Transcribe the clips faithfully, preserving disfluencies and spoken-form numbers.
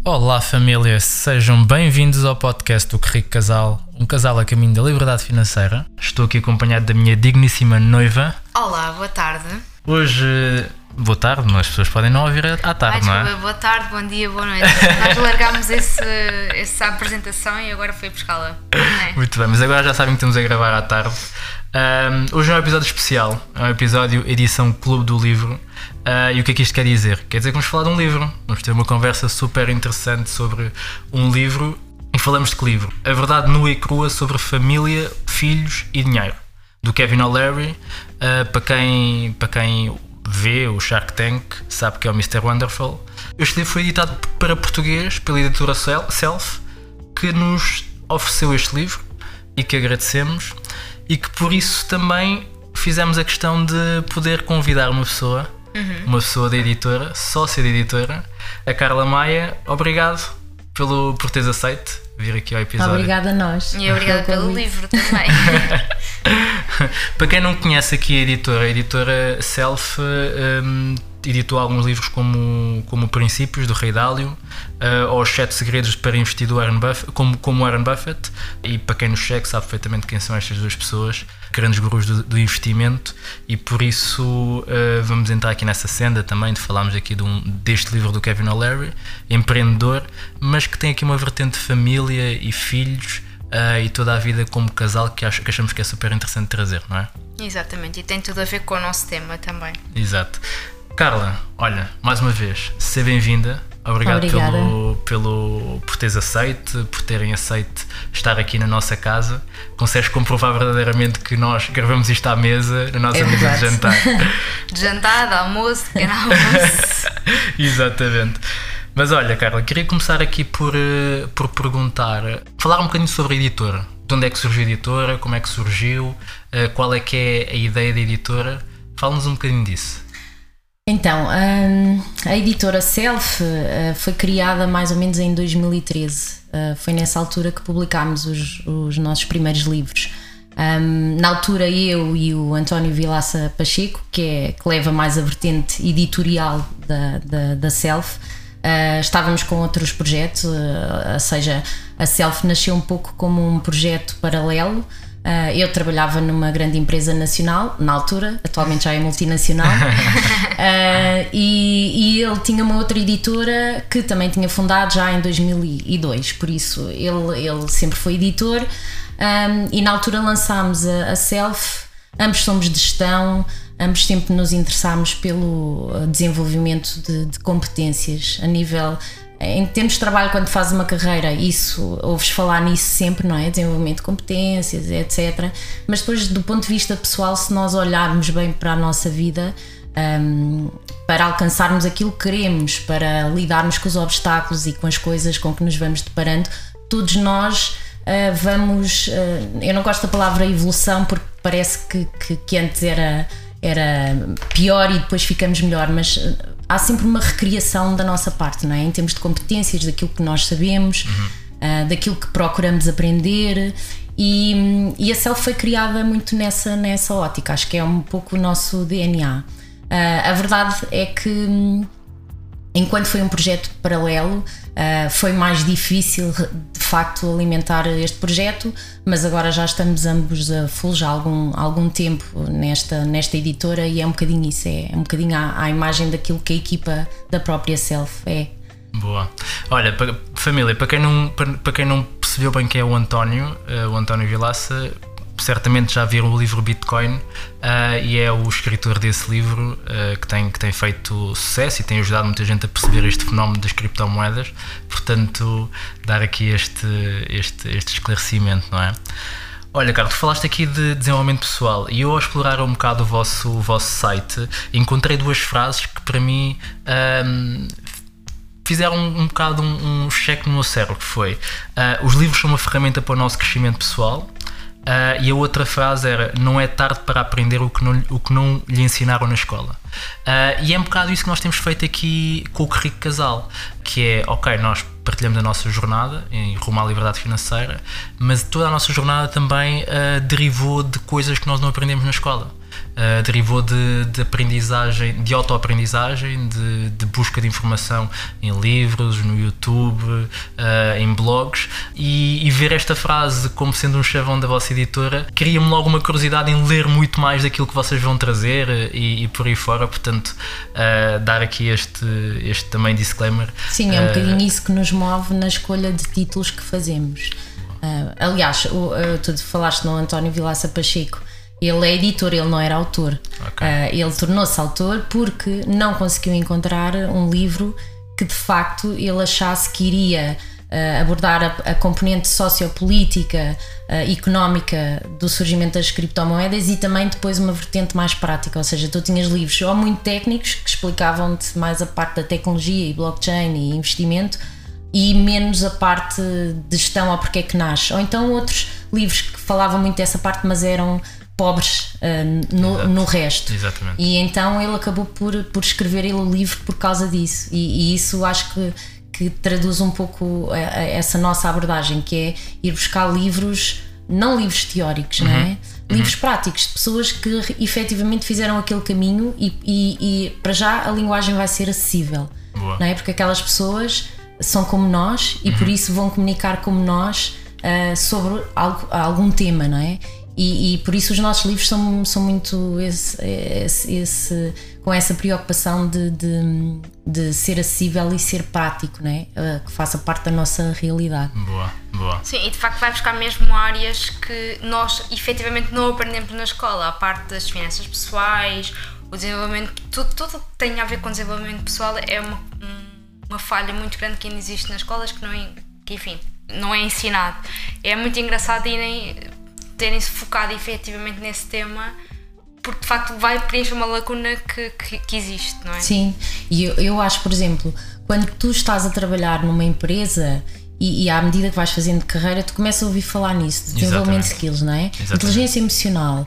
Olá família, sejam bem-vindos ao podcast do Que Rico Casal, um casal a caminho da liberdade financeira. Estou aqui acompanhado da minha digníssima noiva. Olá, boa tarde. Hoje, boa tarde, mas as pessoas podem não ouvir à tarde, Ai, não é? Desculpa, boa tarde, bom dia, boa noite. Nós largámos esse, essa apresentação e agora foi buscá-la. É? Muito bem, mas agora já sabem que estamos a gravar à tarde. Um, hoje é um episódio especial, é um episódio edição Clube do Livro. Uh, e o que é que isto quer dizer? Quer dizer que vamos falar de um livro. Vamos ter uma conversa super interessante sobre um livro. E falamos de que livro? A verdade nua e crua sobre família, filhos e dinheiro, do Kevin O'Leary. Uh, para, quem, para quem vê o Shark Tank sabe que é o mister Wonderful. Este livro foi editado para português pela editora Self, que nos ofereceu este livro e que agradecemos, e que por isso também fizemos a questão de poder convidar uma pessoa, uhum. uma pessoa da editora, sócia da editora, a Carla Maia. Obrigado pelo, por teres aceito vir aqui ao episódio. Obrigada a nós. E obrigada pelo livro também. Para quem não conhece aqui a editora, a editora Self um, editou alguns livros como, como Princípios, do Rei Dalio, uh, ou Os Sete Segredos para Investir, do Warren Buffett, como, como Warren Buffett. E para quem nos segue sabe perfeitamente quem são estas duas pessoas, grandes gurus do, do investimento, e por isso uh, vamos entrar aqui nessa senda também de falarmos aqui de um, deste livro do Kevin O'Leary, empreendedor, mas que tem aqui uma vertente de família e filhos uh, e toda a vida como casal que, acho, que achamos que é super interessante trazer, não é? Exatamente, e tem tudo a ver com o nosso tema também. Exato. Carla, olha, mais uma vez, seja bem-vinda. Obrigado pelo, pelo, por teres aceito, por terem aceito estar aqui na nossa casa. Consegues comprovar verdadeiramente que nós gravamos isto à mesa, na nossa é mesa de jantar. De jantar, de almoço, de pequeno almoço. Exatamente. Mas olha, Carla, queria começar aqui por, por perguntar, falar um bocadinho sobre a editora. De onde é que surgiu a editora, como é que surgiu, qual é que é a ideia da editora? Fala-nos um bocadinho disso. Então, a editora Self foi criada mais ou menos em dois mil e treze. Foi nessa altura que publicámos os, os nossos primeiros livros. Na altura eu e o António Vilaça Pacheco, que, é, que leva mais a vertente editorial da, da, da Self, estávamos com outros projetos, ou seja, a Self nasceu um pouco como um projeto paralelo. Uh, eu trabalhava numa grande empresa nacional, na altura, atualmente já é multinacional, uh, e, e ele tinha uma outra editora que também tinha fundado já em dois mil e dois, por isso ele, ele sempre foi editor, um, e na altura lançámos a, a Self. Ambos somos de gestão, ambos sempre nos interessámos pelo desenvolvimento de, de competências a nível... Em termos de trabalho, quando fazes uma carreira, isso, ouves falar nisso sempre, não é? Desenvolvimento de competências, etcétera. Mas depois, do ponto de vista pessoal, se nós olharmos bem para a nossa vida, um, para alcançarmos aquilo que queremos, para lidarmos com os obstáculos e com as coisas com que nos vamos deparando, todos nós uh, vamos... Uh, eu não gosto da palavra evolução, porque parece que, que, que antes era, era pior e depois ficamos melhor, mas... Uh, há sempre uma recriação da nossa parte, não é? Em termos de competências, daquilo que nós sabemos, uhum. uh, daquilo que procuramos aprender, e, e a Self foi criada muito nessa, nessa ótica. Acho que é um pouco o nosso D N A. Uh, a verdade é que, enquanto foi um projeto paralelo, uh, foi mais difícil de facto alimentar este projeto, mas agora já estamos ambos a full já há algum, algum tempo nesta, nesta editora, e é um bocadinho isso, é, é um bocadinho à, à imagem daquilo que a equipa da própria Self é. Boa. Olha, para, família, para quem, não, para, para quem não percebeu bem quem é o António, uh, o António Vilaça, certamente já viram o livro Bitcoin, uh, e é o escritor desse livro, uh, que, tem, que tem feito sucesso e tem ajudado muita gente a perceber este fenómeno das criptomoedas. Portanto, dar aqui este, este, este esclarecimento, não é? Olha, Carlos, tu falaste aqui de desenvolvimento pessoal, e eu, ao explorar um bocado o vosso, o vosso site, encontrei duas frases que para mim um, fizeram um, um bocado um, um cheque no meu cérebro, que foi uh, os livros são uma ferramenta para o nosso crescimento pessoal. Uh, e a outra frase era: não é tarde para aprender o que não, o que não lhe ensinaram na escola. Uh, e é um bocado isso que nós temos feito aqui com o Que Rico Casal, que é, ok, nós partilhamos a nossa jornada em rumo à liberdade financeira, mas toda a nossa jornada também uh, derivou de coisas que nós não aprendemos na escola. uh, derivou de, de aprendizagem, de autoaprendizagem, de, de busca de informação em livros, no YouTube, uh, em blogs, e, e ver esta frase como sendo um chavão da vossa editora cria-me logo uma curiosidade em ler muito mais daquilo que vocês vão trazer e, e por aí fora, portanto uh, dar aqui este, este também disclaimer. Sim, é um uh, bocadinho isso que nos move na escolha de títulos que fazemos. Uh, aliás, o, uh, tu falaste no António Vilaça Pacheco, ele é editor, ele não era autor. Okay. Uh, ele tornou-se autor porque não conseguiu encontrar um livro que de facto ele achasse que iria uh, abordar a, a componente sociopolítica, uh, económica do surgimento das criptomoedas e também depois uma vertente mais prática, ou seja, tu tinhas livros ou muito técnicos que explicavam-te mais a parte da tecnologia e blockchain e investimento e menos a parte de gestão ou porque é que nasce, ou então outros livros que falavam muito dessa parte mas eram pobres uh, no, no resto. Exatamente. E então ele acabou por, por escrever ele o livro por causa disso e, e isso acho que, que traduz um pouco a, a essa nossa abordagem, que é ir buscar livros, não livros teóricos, uhum. não é? Livros uhum. práticos, de pessoas que efetivamente fizeram aquele caminho e, e, e para já a linguagem vai ser acessível. Boa. Não é? Porque aquelas pessoas são como nós e uhum. por isso vão comunicar como nós uh, sobre algo, algum tema, não é? E, e por isso os nossos livros são, são muito esse, esse, esse, com essa preocupação de, de, de ser acessível e ser prático, não é? Uh, que faça parte da nossa realidade. Boa, boa. Sim, e de facto vai buscar mesmo áreas que nós efetivamente não aprendemos na escola, a parte das finanças pessoais, o desenvolvimento, tudo, tudo que tem a ver com desenvolvimento pessoal é uma, uma falha muito grande que ainda existe nas escolas, que, não é, que enfim, não é ensinado. É muito engraçado irem terem-se focado efetivamente nesse tema, porque de facto vai preencher uma lacuna que, que, que existe, não é? Sim, e eu, eu acho, por exemplo, quando tu estás a trabalhar numa empresa e, e à medida que vais fazendo carreira, tu começas a ouvir falar nisso, de desenvolvimento de skills, não é? Exatamente. Inteligência emocional,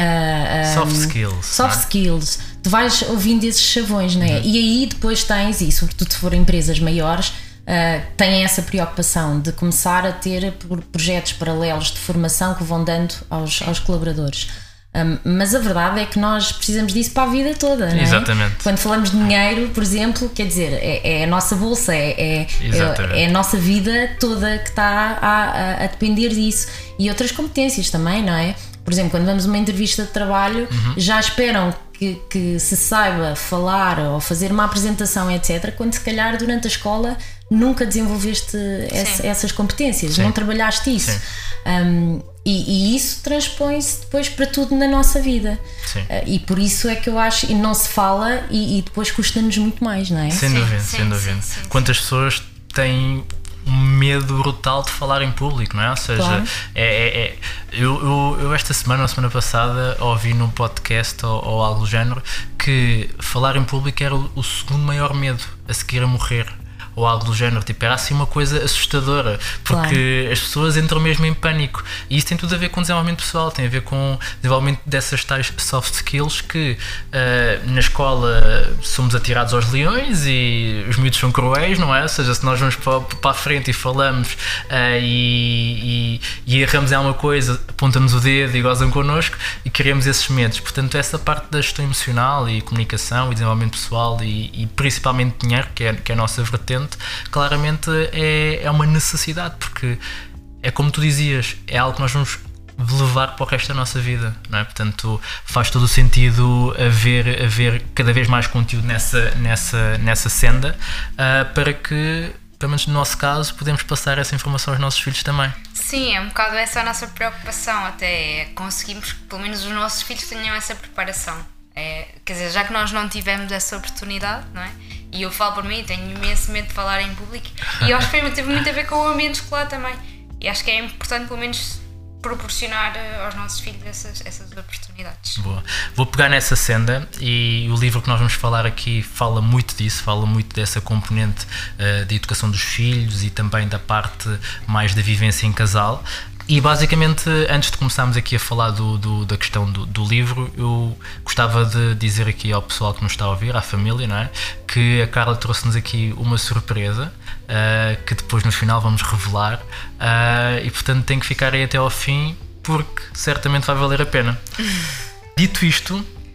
uh, soft skills, soft skills, tu vais ouvindo esses chavões, não é? Uhum. E aí depois tens, e sobretudo se forem empresas maiores, Uh, têm essa preocupação de começar a ter projetos paralelos de formação que vão dando aos, aos colaboradores. Um, mas a verdade é que nós precisamos disso para a vida toda, não é? Exatamente. Quando falamos de dinheiro, por exemplo, quer dizer, é, é a nossa bolsa, é, é, é, é a nossa vida toda que está a, a, a depender disso. E outras competências também, não é? Por exemplo, quando vamos a uma entrevista de trabalho, uhum. já esperam que, que se saiba falar ou fazer uma apresentação, etcétera, quando se calhar durante a escola nunca desenvolveste essa, essas competências, Sim. não trabalhaste isso. Um, e, e isso transpõe-se depois para tudo na nossa vida. Uh, e por isso é que eu acho, e não se fala, e, e depois custa-nos muito mais, não é? Sem dúvida, sim, sem dúvida. Sim, sim, Quantas pessoas têm um medo brutal de falar em público, não é? Ou seja, claro. é, é, é, eu, eu, eu esta semana ou semana passada ouvi num podcast ou, ou algo do género que falar em público era o, o segundo maior medo a seguir a morrer. Ou algo do género, tipo, era assim uma coisa assustadora, porque claro. As pessoas entram mesmo em pânico, e isso tem tudo a ver com desenvolvimento pessoal, tem a ver com desenvolvimento dessas tais soft skills que uh, na escola somos atirados aos leões e os miúdos são cruéis, não é? Ou seja, se nós vamos para, para a frente e falamos uh, e, e, e erramos em alguma coisa, apontamos o dedo e gozam connosco e criamos esses medos. Portanto, essa parte da gestão emocional e comunicação e desenvolvimento pessoal e, e principalmente dinheiro, que é, que é a nossa vertente, claramente é, é uma necessidade, porque é como tu dizias, é algo que nós vamos levar para o resto da nossa vida, não é? Portanto, faz todo o sentido haver, haver cada vez mais conteúdo nessa, nessa, nessa senda, uh, para que, pelo menos no nosso caso, podemos passar essa informação aos nossos filhos também. Sim, é um bocado essa a nossa preocupação, até conseguimos que pelo menos os nossos filhos tenham essa preparação. É, quer dizer, já que nós não tivemos essa oportunidade, não é? E eu falo por mim, tenho imenso medo de falar em público, e eu acho que teve muito a ver com o ambiente escolar também, e acho que é importante pelo menos proporcionar aos nossos filhos essas, essas oportunidades. Boa. Vou pegar nessa senda, e o livro que nós vamos falar aqui fala muito disso, fala muito dessa componente uh, de educação dos filhos e também da parte mais da vivência em casal. E basicamente, antes de começarmos aqui a falar do, do, da questão do, do livro, eu gostava de dizer aqui ao pessoal que nos está a ouvir, à família, não é? Que a Carla trouxe-nos aqui uma surpresa, uh, que depois no final vamos revelar, uh, e portanto tem que ficar aí até ao fim, porque certamente vai valer a pena. Dito isto,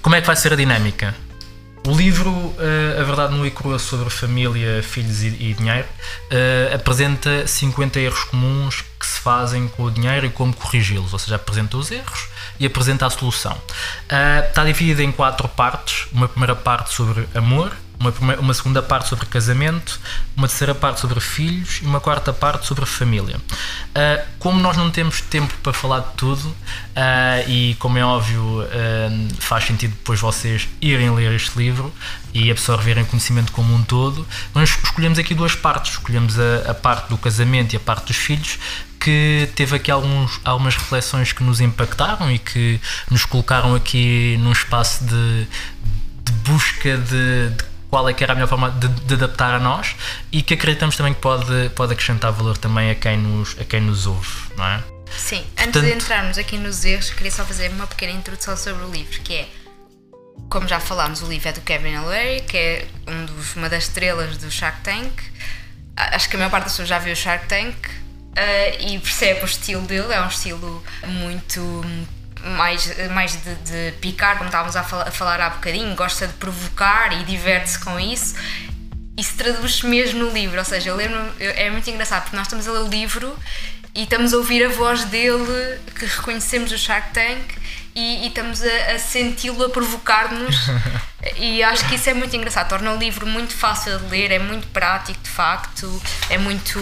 Como é que vai ser a dinâmica? O livro, uh, A Verdade Nua e Crua sobre Família, Filhos e, e Dinheiro, uh, apresenta cinquenta erros comuns que se fazem com o dinheiro e como corrigi-los, ou seja, apresenta os erros e apresenta a solução. Uh, está dividido em quatro partes. Uma primeira parte sobre amor, uma, primeira, uma segunda parte sobre casamento, uma terceira parte sobre filhos e uma quarta parte sobre família. Uh, como nós não temos tempo para falar de tudo, uh, e como é óbvio, uh, faz sentido depois vocês irem ler este livro e absorverem conhecimento como um todo, nós escolhemos aqui duas partes. Escolhemos a, a parte do casamento e a parte dos filhos, que teve aqui alguns, algumas reflexões que nos impactaram e que nos colocaram aqui num espaço de, de busca de, de qual é que era a melhor forma de, de adaptar a nós, e que acreditamos também que pode, pode acrescentar valor também a quem nos, a quem nos ouve, não é? Sim, antes Portanto, de entrarmos aqui nos erros, queria só fazer uma pequena introdução sobre o livro, que é, como já falámos, o livro é do Kevin O'Leary, que é um dos, uma das estrelas do Shark Tank. Acho que a maior parte das pessoas já viu o Shark Tank, uh, e percebe o estilo dele. É um estilo muito mais, mais de, de picar, como estávamos a, fal- a falar há bocadinho. Gosta de provocar e diverte-se com isso. Isso traduz-se mesmo no livro, ou seja, eu lembro, é muito engraçado, porque nós estamos a ler o livro e estamos a ouvir a voz dele, que reconhecemos o Shark Tank, e, e estamos a, a senti-lo a provocar-nos. E acho que isso é muito engraçado, torna o livro muito fácil de ler, é muito prático de facto, é muito...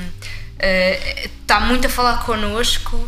Uh, está muito a falar connosco,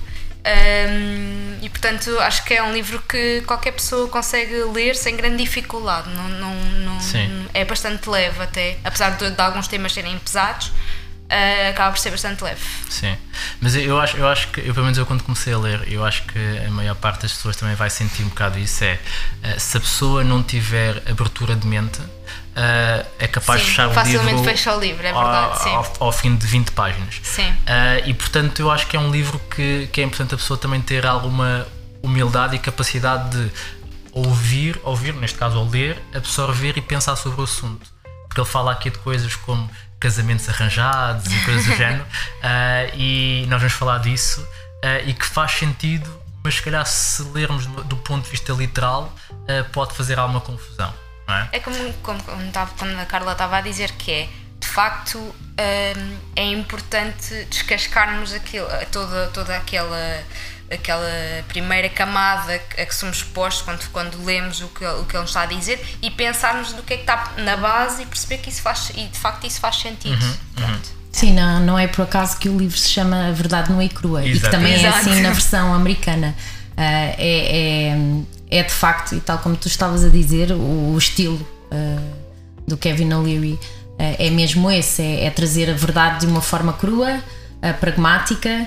um, e portanto acho que é um livro que qualquer pessoa consegue ler sem grande dificuldade. Não, não, não, é bastante leve até, apesar de, de alguns temas serem pesados, uh, acaba por ser bastante leve. Sim, mas eu acho, eu acho que, eu, pelo menos eu quando comecei a ler, eu acho que a maior parte das pessoas também vai sentir um bocado isso, é, uh, se a pessoa não tiver abertura de mente, Uh, é capaz sim, de fechar o livro, facilmente fecha o livro, é verdade, ao, sim. Ao, ao fim de vinte páginas. Sim. Uh, e portanto eu acho que é um livro que, que é importante a pessoa também ter alguma humildade e capacidade de ouvir, ouvir, neste caso ao ler, absorver e pensar sobre o assunto. Porque ele fala aqui de coisas como casamentos arranjados e coisas do género, uh, e nós vamos falar disso, uh, e que faz sentido, mas se calhar se lermos do ponto de vista literal, uh, pode fazer alguma confusão. É? É como, como, como, como a Carla estava a dizer, que é, de facto, hum, é importante descascarmos aquilo, toda, toda aquela, aquela primeira camada a que somos expostos quando, quando lemos o que, o que ele nos está a dizer, e pensarmos do que é que está na base e perceber que isso faz, e de facto isso faz sentido. Uhum, uhum. Sim, não, não é por acaso que o livro se chama A Verdade Nua e Crua. Exato. E que também Exato. É assim na versão americana. Uh, é, é, é de facto, e tal como tu estavas a dizer, o, o estilo uh, do Kevin O'Leary uh, é mesmo esse, é, é trazer a verdade de uma forma crua, uh, pragmática, uh,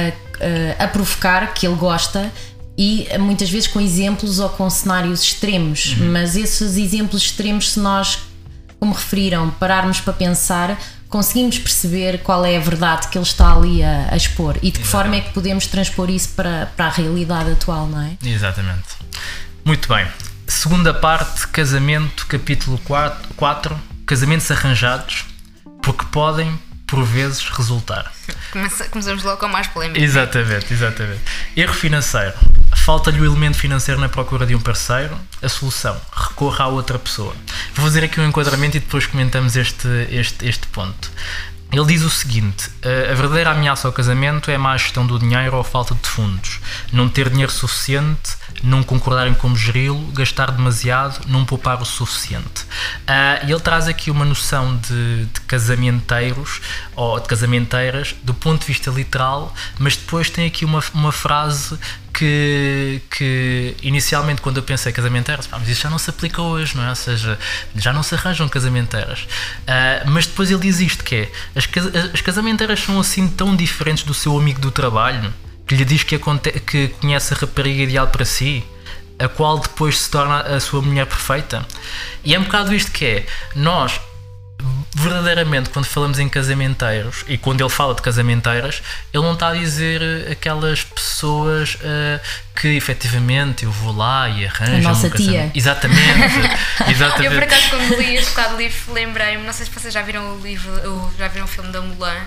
uh, a provocar, que ele gosta, e uh, muitas vezes com exemplos ou com cenários extremos. Uhum. Mas esses exemplos extremos, se nós, como referiram, pararmos para pensar, conseguimos perceber qual é a verdade que ele está ali a, a expor, e de que Exatamente. Forma é que podemos transpor isso para, para a realidade atual, não é? Exatamente. Muito bem. Segunda parte, casamento, capítulo quatro, casamentos arranjados, porque podem, por vezes, resultar. Começamos logo com a mais polémica. Exatamente, exatamente. Erro financeiro. Falta-lhe o elemento financeiro na procura de um parceiro. A solução, recorra a outra pessoa. Vou fazer aqui um enquadramento e depois comentamos este, este, este ponto. Ele diz o seguinte: a verdadeira ameaça ao casamento é a má gestão do dinheiro ou a falta de fundos, não ter dinheiro suficiente, não concordar em como geri-lo, gastar demasiado, não poupar o suficiente. Uh, ele traz aqui uma noção de, de casamenteiros ou de casamenteiras do ponto de vista literal, mas depois tem aqui uma, uma frase que, que inicialmente, quando eu pensei casamenteiras, mas isso já não se aplica hoje, não é? Ou seja, já não se arranjam casamenteiras. Uh, mas depois ele diz isto, que é, as, as casamenteiras são assim tão diferentes do seu amigo do trabalho, que lhe diz que, aconte- que conhece a rapariga ideal para si, a qual depois se torna a sua mulher perfeita. E é um bocado isto que é, nós verdadeiramente, quando falamos em casamenteiros, e quando ele fala de casamenteiras, ele não está a dizer aquelas pessoas uh, que efetivamente eu vou lá e arranjo a nossa um tia. Casamento. Exatamente, exatamente. Eu por acaso, quando li este bocado de livro, lembrei-me, não sei se vocês já viram o livro, ou já viram o filme da Mulan.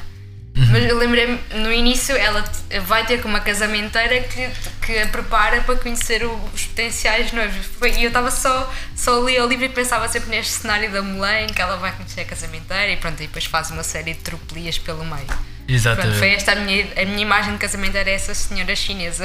Uhum. Mas eu lembrei-me, no início ela vai ter com uma casamenteira que, que a prepara para conhecer os potenciais noivos. E eu estava só, só li o livro e pensava sempre neste cenário da Mulan, em que ela vai conhecer a casamenteira e pronto, e depois faz uma série de tropelias pelo meio. Exato. Pronto, foi esta a minha, a minha imagem de casamenteira, é essa senhora chinesa.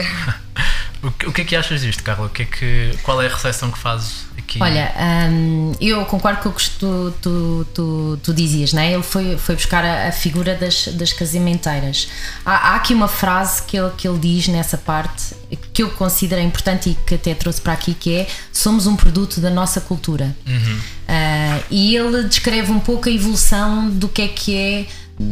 O que, o que é que achas disto, Carla? O que é que, qual é a recepção que fazes aqui? Olha, hum, eu concordo com o que tu, tu, tu, tu dizias, né? Ele foi, foi buscar a, a figura das, das casamenteiras. Há, há aqui uma frase que ele, que ele diz nessa parte que eu considero importante e que até trouxe para aqui, que é: somos um produto da nossa cultura. Uhum. Uh, e ele descreve um pouco a evolução do que é que é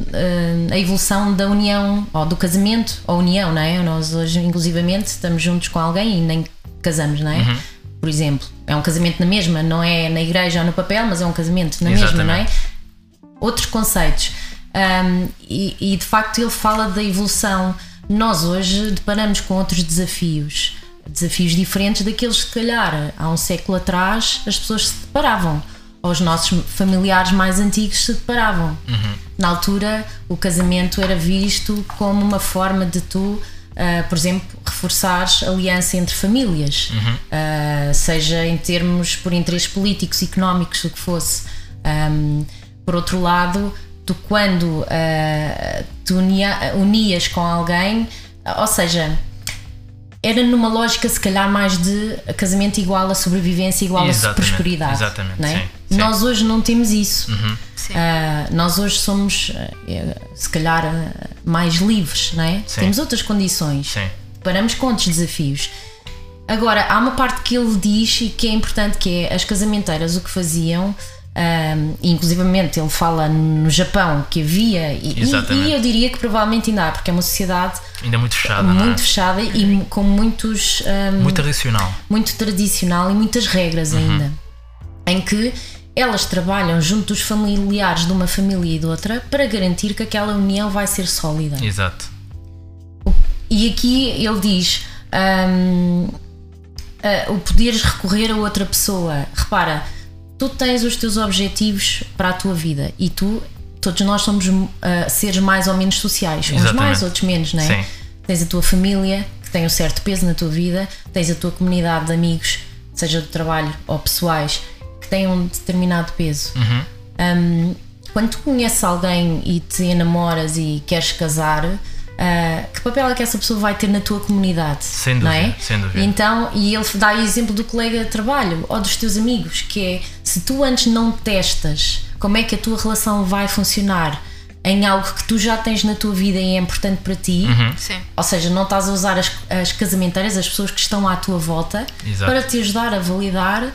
a evolução da união, ou do casamento, ou união, não é? Nós hoje, inclusivamente, estamos juntos com alguém e nem casamos, não é? Uhum. Por exemplo, é um casamento na mesma, não é na igreja ou no papel, mas é um casamento na Exatamente. mesma, não é? Outros conceitos. Um, e, e de facto ele fala da evolução. Nós hoje deparamos com outros desafios, desafios diferentes daqueles que, se calhar, há um século atrás as pessoas se deparavam, ou os nossos familiares mais antigos se deparavam. Uhum. Na altura, o casamento era visto como uma forma de tu, uh, por exemplo, reforçares a aliança entre famílias, uhum. uh, seja em termos por interesses políticos, económicos, o que fosse. Um, por outro lado, tu quando uh, tu unia, unias com alguém, ou seja, era numa lógica se calhar mais de casamento igual a sobrevivência, igual Exatamente. a prosperidade. Exatamente, não é? sim, sim. Nós hoje não temos isso. Uhum. Uh, nós hoje somos uh, se calhar uh, mais livres, não é? Sim. Temos outras condições. Sim. Paramos com outros desafios. Agora, há uma parte que ele diz e que é importante, que é as casamenteiras o que faziam. Um, inclusivamente ele fala no Japão que havia e, e eu diria que provavelmente ainda há, porque é uma sociedade ainda muito fechada, muito não é? fechada e com muitos um, muito tradicional muito tradicional e muitas regras uhum. ainda, em que elas trabalham junto dos familiares de uma família e de outra para garantir que aquela união vai ser sólida. Exato. E aqui ele diz um, uh, o poderes recorrer a outra pessoa. Repara, tu tens os teus objetivos para a tua vida e tu, todos nós somos uh, seres mais ou menos sociais, uns Exatamente. mais, outros menos, não é? Sim. Tens a tua família que tem um certo peso na tua vida, tens a tua comunidade de amigos, seja do trabalho ou pessoais, que têm um determinado peso. Uhum. Um, quando tu conheces alguém e te enamoras e queres casar, Uh, que papel é que essa pessoa vai ter na tua comunidade? Sem dúvida, não é? sem dúvida. Então, e ele dá o exemplo do colega de trabalho ou dos teus amigos, que é, se tu antes não testas como é que a tua relação vai funcionar em algo que tu já tens na tua vida e é importante para ti, uhum. Sim. ou seja, não estás a usar as, as casamenteiras, as pessoas que estão à tua volta, Exato. para te ajudar a validar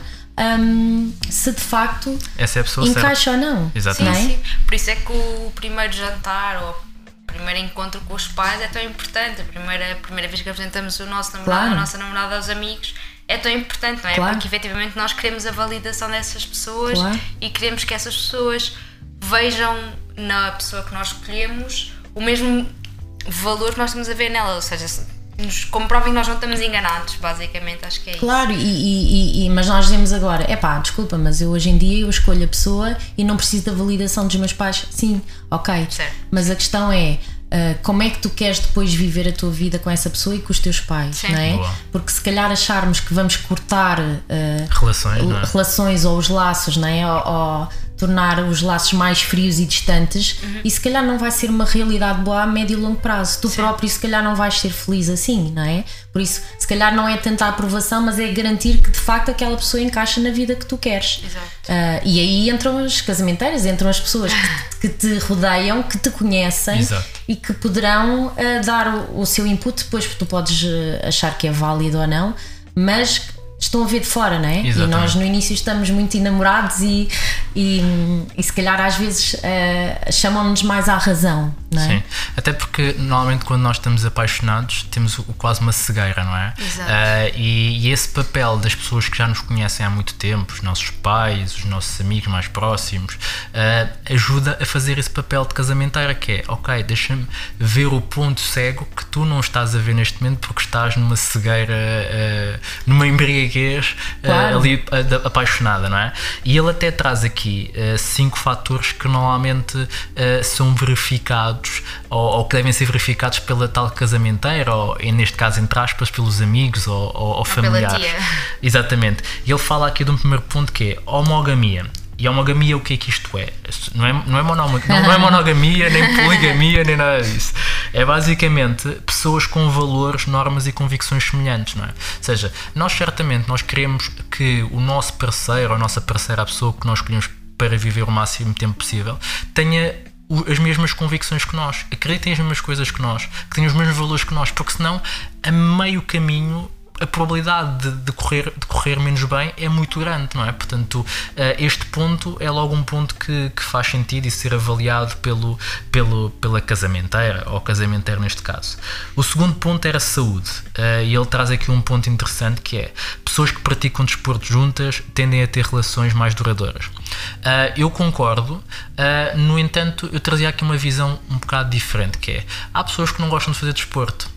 um, se de facto essa é a pessoa encaixa certa. ou não. Exatamente. Sim, sim. Por isso é que o primeiro jantar ou o primeiro encontro com os pais é tão importante. A primeira, a primeira vez que apresentamos o nosso namorado, claro. a nossa namorada aos amigos, é tão importante, não é? Claro. Porque efetivamente nós queremos a validação dessas pessoas, claro. e queremos que essas pessoas vejam na pessoa que nós escolhemos o mesmo valor que nós estamos a ver nela, ou seja, nos comprovem que nós não estamos enganados, basicamente, acho que é claro, isso. Claro, e, e, e, mas nós dizemos agora, é pá, desculpa, mas eu hoje em dia eu escolho a pessoa e não preciso da validação dos meus pais. Sim, ok, certo. Mas a questão é, uh, como é que tu queres depois viver a tua vida com essa pessoa e com os teus pais, Sim. não é? Boa. Porque se calhar acharmos que vamos cortar uh, relações, não é? relações ou os laços, não é? Ou, ou tornar os laços mais frios e distantes, uhum. e se calhar não vai ser uma realidade boa a médio e longo prazo. Tu Sim. próprio se calhar não vais ser feliz assim, não é? Por isso, se calhar não é tanta aprovação, mas é garantir que de facto aquela pessoa encaixa na vida que tu queres. Exato. Uh, e aí entram as casamenteiras, entram as pessoas que, que te rodeiam, que te conhecem Exato. e que poderão uh, dar o, o seu input. Depois tu podes achar que é válido ou não, mas estão a ver de fora, não é? Exatamente. E nós no início estamos muito enamorados e, e, e se calhar às vezes uh, chamam-nos mais à razão, não é? Sim, até porque normalmente quando nós estamos apaixonados temos quase uma cegueira, não é? Exato. Uh, e, e esse papel das pessoas que já nos conhecem há muito tempo, os nossos pais, os nossos amigos mais próximos, uh, ajuda a fazer esse papel de casamenteira, que é, ok, deixa-me ver o ponto cego que tu não estás a ver neste momento porque estás numa cegueira, uh, numa embriaguez, claro. uh, ali uh, apaixonada, não é? E ele até traz aqui aqui uh, cinco fatores que normalmente uh, são verificados ou, ou que devem ser verificados pela tal casamenteira, ou neste caso, entre aspas, pelos amigos ou, ou, ou familiares. Pela tia. Exatamente. E ele fala aqui de um primeiro ponto que é homogamia. E a homogamia, o que é que isto é? Não é, não é, monogamia, não é monogamia, nem poligamia, nem nada disso. É basicamente pessoas com valores, normas e convicções semelhantes, não é? Ou seja, nós certamente nós queremos que o nosso parceiro, ou a nossa parceira, a pessoa que nós escolhemos para viver o máximo tempo possível, tenha as mesmas convicções que nós, acreditem as mesmas coisas que nós, que tenham os mesmos valores que nós, porque senão, a meio caminho, a probabilidade de, de, correr, de correr menos bem é muito grande, não é? Portanto, este ponto é logo um ponto que, que faz sentido e ser avaliado pelo, pelo, pela casamenteira, ou casamenteiro neste caso. O segundo ponto era saúde, e ele traz aqui um ponto interessante que é, pessoas que praticam desporto juntas tendem a ter relações mais duradouras. Eu concordo, no entanto, eu trazia aqui uma visão um bocado diferente, que é, há pessoas que não gostam de fazer desporto,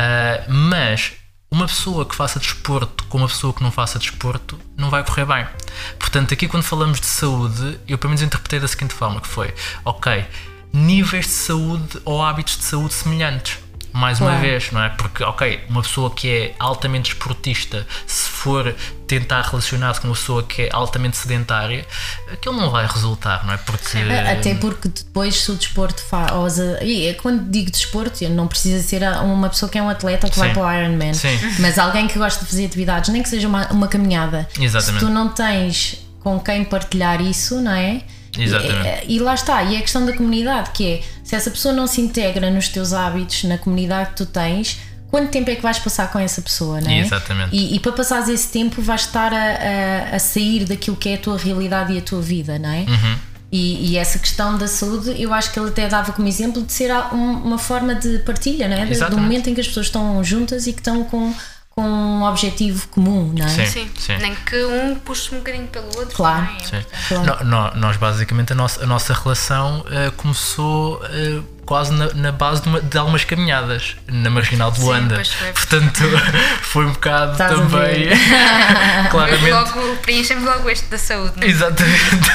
mas uma pessoa que faça desporto com uma pessoa que não faça desporto não vai correr bem. Portanto, aqui quando falamos de saúde, eu pelo menos interpretei da seguinte forma, que foi, ok, níveis de saúde ou hábitos de saúde semelhantes. Mais uma claro. vez, não é? Porque, ok, uma pessoa que é altamente esportista, se for tentar relacionar-se com uma pessoa que é altamente sedentária, aquilo não vai resultar, não é? Porque... Até porque depois, se o desporto faz. E quando digo desporto, não precisa ser uma pessoa que é um atleta que Sim. vai para o Ironman, Sim. mas alguém que gosta de fazer atividades, nem que seja uma, uma caminhada. Exatamente. Se tu não tens com quem partilhar isso, não é? Exatamente. E, e lá está, e é a questão da comunidade, que é, se essa pessoa não se integra nos teus hábitos, na comunidade que tu tens, quanto tempo é que vais passar com essa pessoa, não é? Exatamente. E, e para passares esse tempo vais estar a, a, a sair daquilo que é a tua realidade e a tua vida, não é? Uhum. E, e essa questão da saúde, eu acho que ele até dava como exemplo de ser um, uma forma de partilha, não é? Do, do momento em que as pessoas estão juntas e que estão com com um objetivo comum, não é? Sim, sim. sim. Nem que um puxe um bocadinho pelo outro. Claro. Também, Sim. Claro. No, no, nós basicamente a nossa, a nossa relação uh, começou uh, quase na, na base de, uma, de algumas caminhadas na Marginal de Luanda. Sim, foi. Portanto, foi um bocado Estás também claramente. Logo, preenchemos logo este da saúde. Não? Exatamente.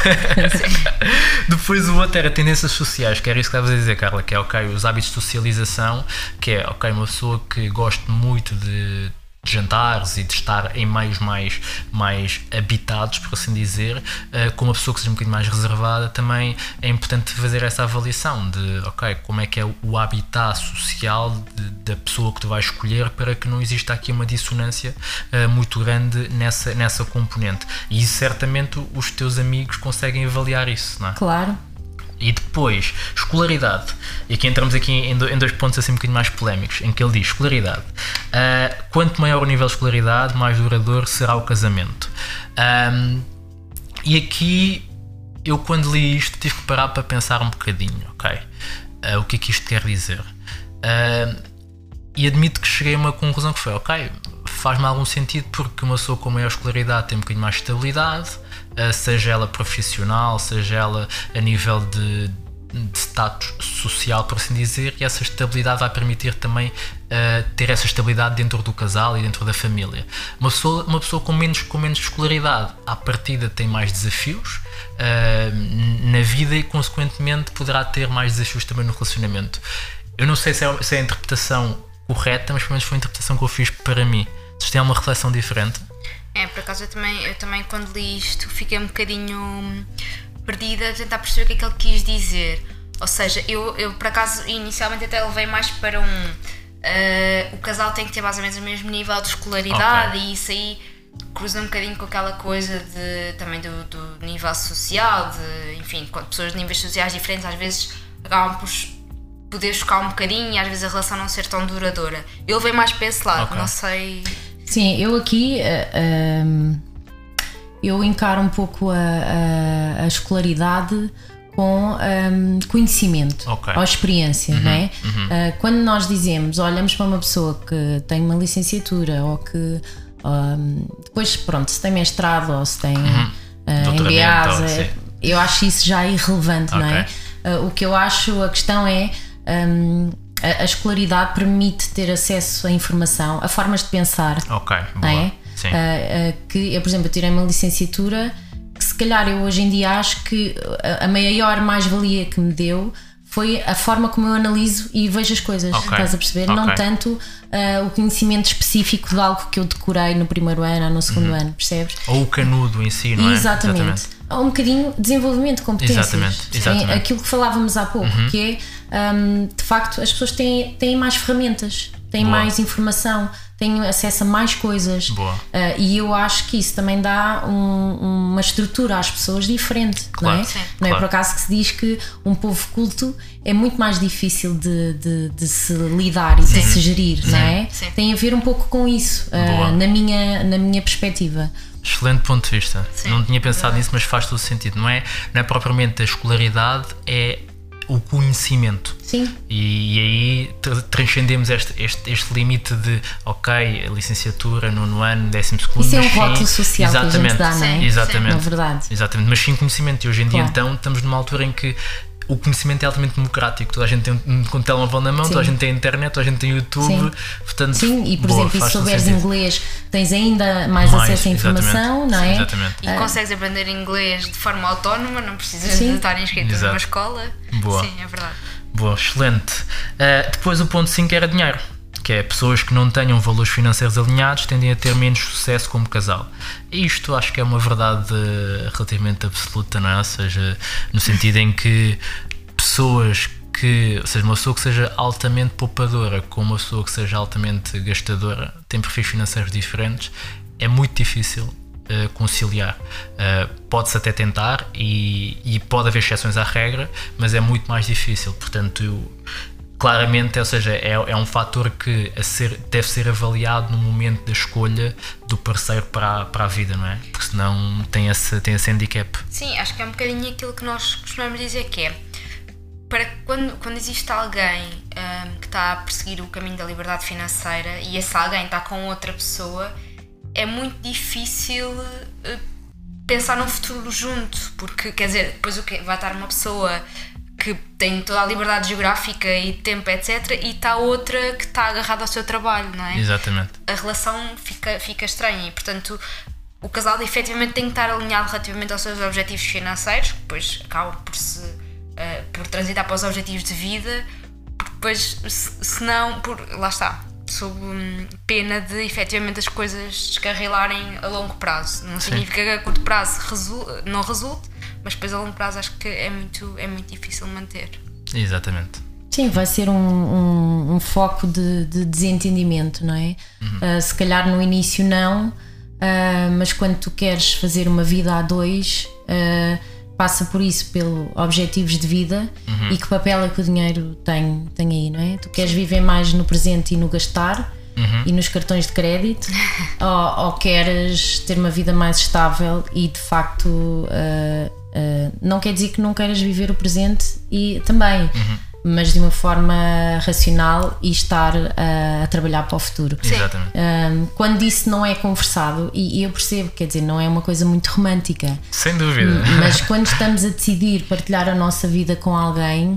Depois o outro era tendências sociais, que era isso que estavas a dizer, Carla, que é ok, os hábitos de socialização, que é ok, uma pessoa que gosta muito de de jantares e de estar em meios mais, mais habitados, por assim dizer, uh, com uma pessoa que seja um bocadinho mais reservada, também é importante fazer essa avaliação de, ok, como é que é o habitat social de, da pessoa que tu vais escolher, para que não exista aqui uma dissonância uh, muito grande nessa, nessa componente. E isso, certamente os teus amigos conseguem avaliar isso, não é? Claro. E depois, escolaridade. E aqui entramos aqui em dois pontos assim um bocadinho mais polémicos, em que ele diz, escolaridade. Uh, quanto maior o nível de escolaridade, mais duradouro será o casamento. Um, e aqui, eu quando li isto, tive que parar para pensar um bocadinho, ok? Uh, o que é que isto quer dizer? Uh, e admito que cheguei a uma conclusão que foi, ok, faz-me algum sentido, porque uma pessoa com maior escolaridade tem um bocadinho mais de estabilidade, seja ela profissional, seja ela a nível de, de status social, por assim dizer, e essa estabilidade vai permitir também uh, ter essa estabilidade dentro do casal e dentro da família. Uma pessoa, uma pessoa com, menos, com menos escolaridade, à partida tem mais desafios uh, na vida e, consequentemente, poderá ter mais desafios também no relacionamento. Eu não sei se é, se é a interpretação correta, mas pelo menos foi a interpretação que eu fiz para mim. Vocês têm uma reflexão diferente? É, por acaso eu também, eu também quando li isto fiquei um bocadinho perdida a tentar perceber o que é que ele quis dizer. Ou seja, eu, eu por acaso inicialmente até levei mais para um uh, o casal tem que ter mais ou menos o mesmo nível de escolaridade, okay. E isso aí cruza um bocadinho com aquela coisa de, também do, do nível social, de, enfim, quando pessoas de níveis sociais diferentes às vezes acabam por poder chocar um bocadinho e às vezes a relação não ser tão duradoura. Eu levei mais para esse lado, okay. Não sei... Sim, eu aqui uh, um, eu encaro um pouco a, a, a escolaridade com um, conhecimento, okay. Ou experiência, uhum, não é? Uhum. Uh, quando nós dizemos, olhamos para uma pessoa que tem uma licenciatura ou que um, depois, pronto, se tem mestrado ou se tem uhum. uh, M B As, é, eu acho isso já irrelevante, okay. Não é? Uh, o que eu acho, a questão é... Um, a escolaridade permite ter acesso à informação, a formas de pensar. Ok, boa. Não é? Sim. Uh, uh, que eu, por exemplo, eu tirei uma licenciatura que se se calhar eu hoje em dia acho que a maior mais-valia que me deu foi a forma como eu analiso e vejo as coisas, okay. estás a perceber? Okay. Não tanto uh, o conhecimento específico de algo que eu decorei no primeiro ano ou no segundo uhum. ano, percebes? Ou o canudo em si, não é? Exatamente. Exatamente. Ou um bocadinho de desenvolvimento de competências. Exatamente. Exatamente. É aquilo que falávamos há pouco, uhum. que é, um, de facto, as pessoas têm, têm mais ferramentas, têm Boa. mais informação, têm acesso a mais coisas. Boa. Uh, e eu acho que isso também dá um, uma estrutura às pessoas diferente, claro. não é? Sim. Não é claro. por acaso que se diz que um povo culto é muito mais difícil de, de, de se lidar e Sim. de se gerir, Sim. não é? Sim. Tem a ver um pouco com isso, uh, na, minha, na minha perspectiva. Excelente ponto de vista. Sim. Não tinha pensado é. nisso, mas faz todo sentido. Não é, não é propriamente a escolaridade, é o conhecimento. Sim. E, e aí transcendemos este, este, este limite de, ok, licenciatura, nono ano, décimo segundo. Isso é um rótulo social exatamente, que a gente dá, não é? Exatamente. Na verdade. Exatamente. Mas sim conhecimento. E hoje em dia, claro. então, estamos numa altura em que o conhecimento é altamente democrático. Toda a gente tem um, um telemóvel na mão, Sim. toda a gente tem internet, toda a gente tem YouTube. Sim, portanto, Sim. e por boa, exemplo, se souberes inglês, tens ainda mais, mais acesso à informação, não é? Exatamente. E uh, consegues aprender inglês de forma autónoma, não precisas Sim. de estar inscrito Exato. numa escola. Boa. Sim, é verdade. Boa, excelente. Uh, depois o ponto cinco era dinheiro, que é pessoas que não tenham valores financeiros alinhados tendem a ter menos sucesso como casal. E isto acho que é uma verdade relativamente absoluta, não é? Ou seja, no sentido em que pessoas que, ou seja, uma pessoa que seja altamente poupadora com uma pessoa que seja altamente gastadora, tem perfis financeiros diferentes, é muito difícil uh, conciliar. Uh, pode-se até tentar e, e pode haver exceções à regra, mas é muito mais difícil. Portanto, eu, claramente, ou seja, é, é um fator que a ser, deve ser avaliado no momento da escolha do parceiro para a, para a vida, não é? Porque senão tem esse, tem esse handicap. Sim, acho que é um bocadinho aquilo que nós costumamos dizer, que é para quando, quando existe alguém um, que está a perseguir o caminho da liberdade financeira e esse alguém está com outra pessoa, é muito difícil uh, pensar num futuro junto, porque, quer dizer, depois o que vai estar uma pessoa que tem toda a liberdade geográfica e tempo, etcétera, e está outra que está agarrada ao seu trabalho, não é? Exatamente. A relação fica, fica estranha e, portanto, o casal efetivamente tem que estar alinhado relativamente aos seus objetivos financeiros, que depois acabam por, se, uh, por transitar para os objetivos de vida, porque depois, se, se não, por, lá está, sob hum, pena de efetivamente as coisas descarrilarem a longo prazo. Não Sim. significa que a curto prazo resu- não resulte, mas depois a longo prazo acho que é muito, é muito difícil manter. Exatamente. Sim, vai ser um, um, um foco de, de desentendimento, não é? Uhum. Uh, se calhar no início não, uh, mas quando tu queres fazer uma vida a dois, uh, passa por isso, pelo objetivos de vida uhum. e que papel é que o dinheiro tem, tem aí, não é? Tu queres viver mais no presente e no gastar uhum. e nos cartões de crédito ou, ou queres ter uma vida mais estável e de facto uh, uh, não quer dizer que não queiras viver o presente e também uhum. mas de uma forma racional e estar uh, a trabalhar para o futuro. Exatamente. Um, quando isso não é conversado, e, e eu percebo, quer dizer, não é uma coisa muito romântica. Sem dúvida. Mas quando estamos a decidir partilhar a nossa vida com alguém,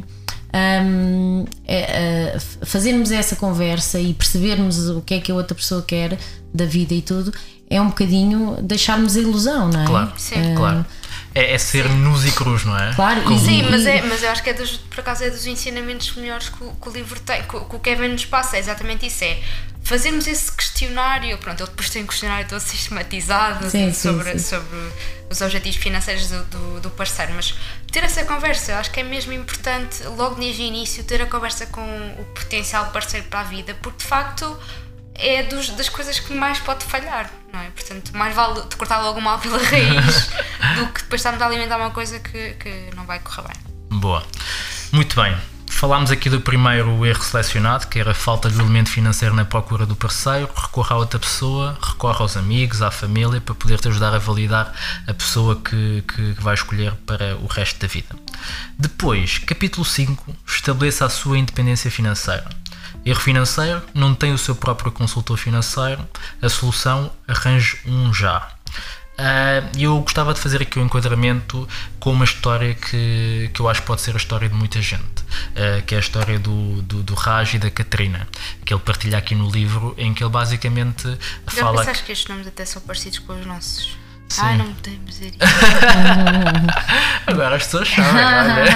um, é, é, fazermos essa conversa e percebermos o que é que a outra pessoa quer da vida e tudo, é um bocadinho deixarmos a ilusão, não é? Claro, Sim. Uh, claro. É, é ser nus e cruz, não é? Claro, Como... Sim, mas, é, mas eu acho que é dos, por acaso é dos ensinamentos melhores que o, que o livro tem, que, que o Kevin nos passa, é exatamente isso, é fazermos esse questionário, pronto, ele depois tem um questionário todo sistematizado sim, sobre, sim, sim. sobre os objetivos financeiros do, do, do parceiro, mas ter essa conversa, eu acho que é mesmo importante logo desde o início ter a conversa com o potencial parceiro para a vida, porque de facto é dos, das coisas que mais pode falhar, não é? Portanto, mais vale de cortar logo o mal pela raiz do que depois estarmos a alimentar uma coisa que, que não vai correr bem. Boa. Muito bem. Falámos aqui do primeiro erro selecionado, que era a falta de elemento financeiro na procura do parceiro. Recorra a outra pessoa, recorre aos amigos, à família, para poder-te ajudar a validar a pessoa que, que vai escolher para o resto da vida. Depois, capítulo cinco, estabeleça a sua independência financeira. Erro financeiro, não tem o seu próprio consultor financeiro, a solução, arranje um já. E uh, eu gostava de fazer aqui um enquadramento com uma história que, que eu acho que pode ser a história de muita gente, uh, que é a história do, do, do Raj e da Catarina, que ele partilha aqui no livro, em que ele basicamente Já fala... pensaste que estes nomes até são parecidos com os nossos? Sim. Ai, não podemos dizer isso. Agora as pessoas sabem, olha.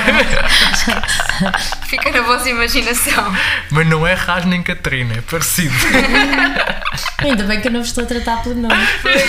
Fica na vossa imaginação. Mas não é Raj nem Catarina, é parecido. Ainda bem que eu não vos estou a tratar pelo nome.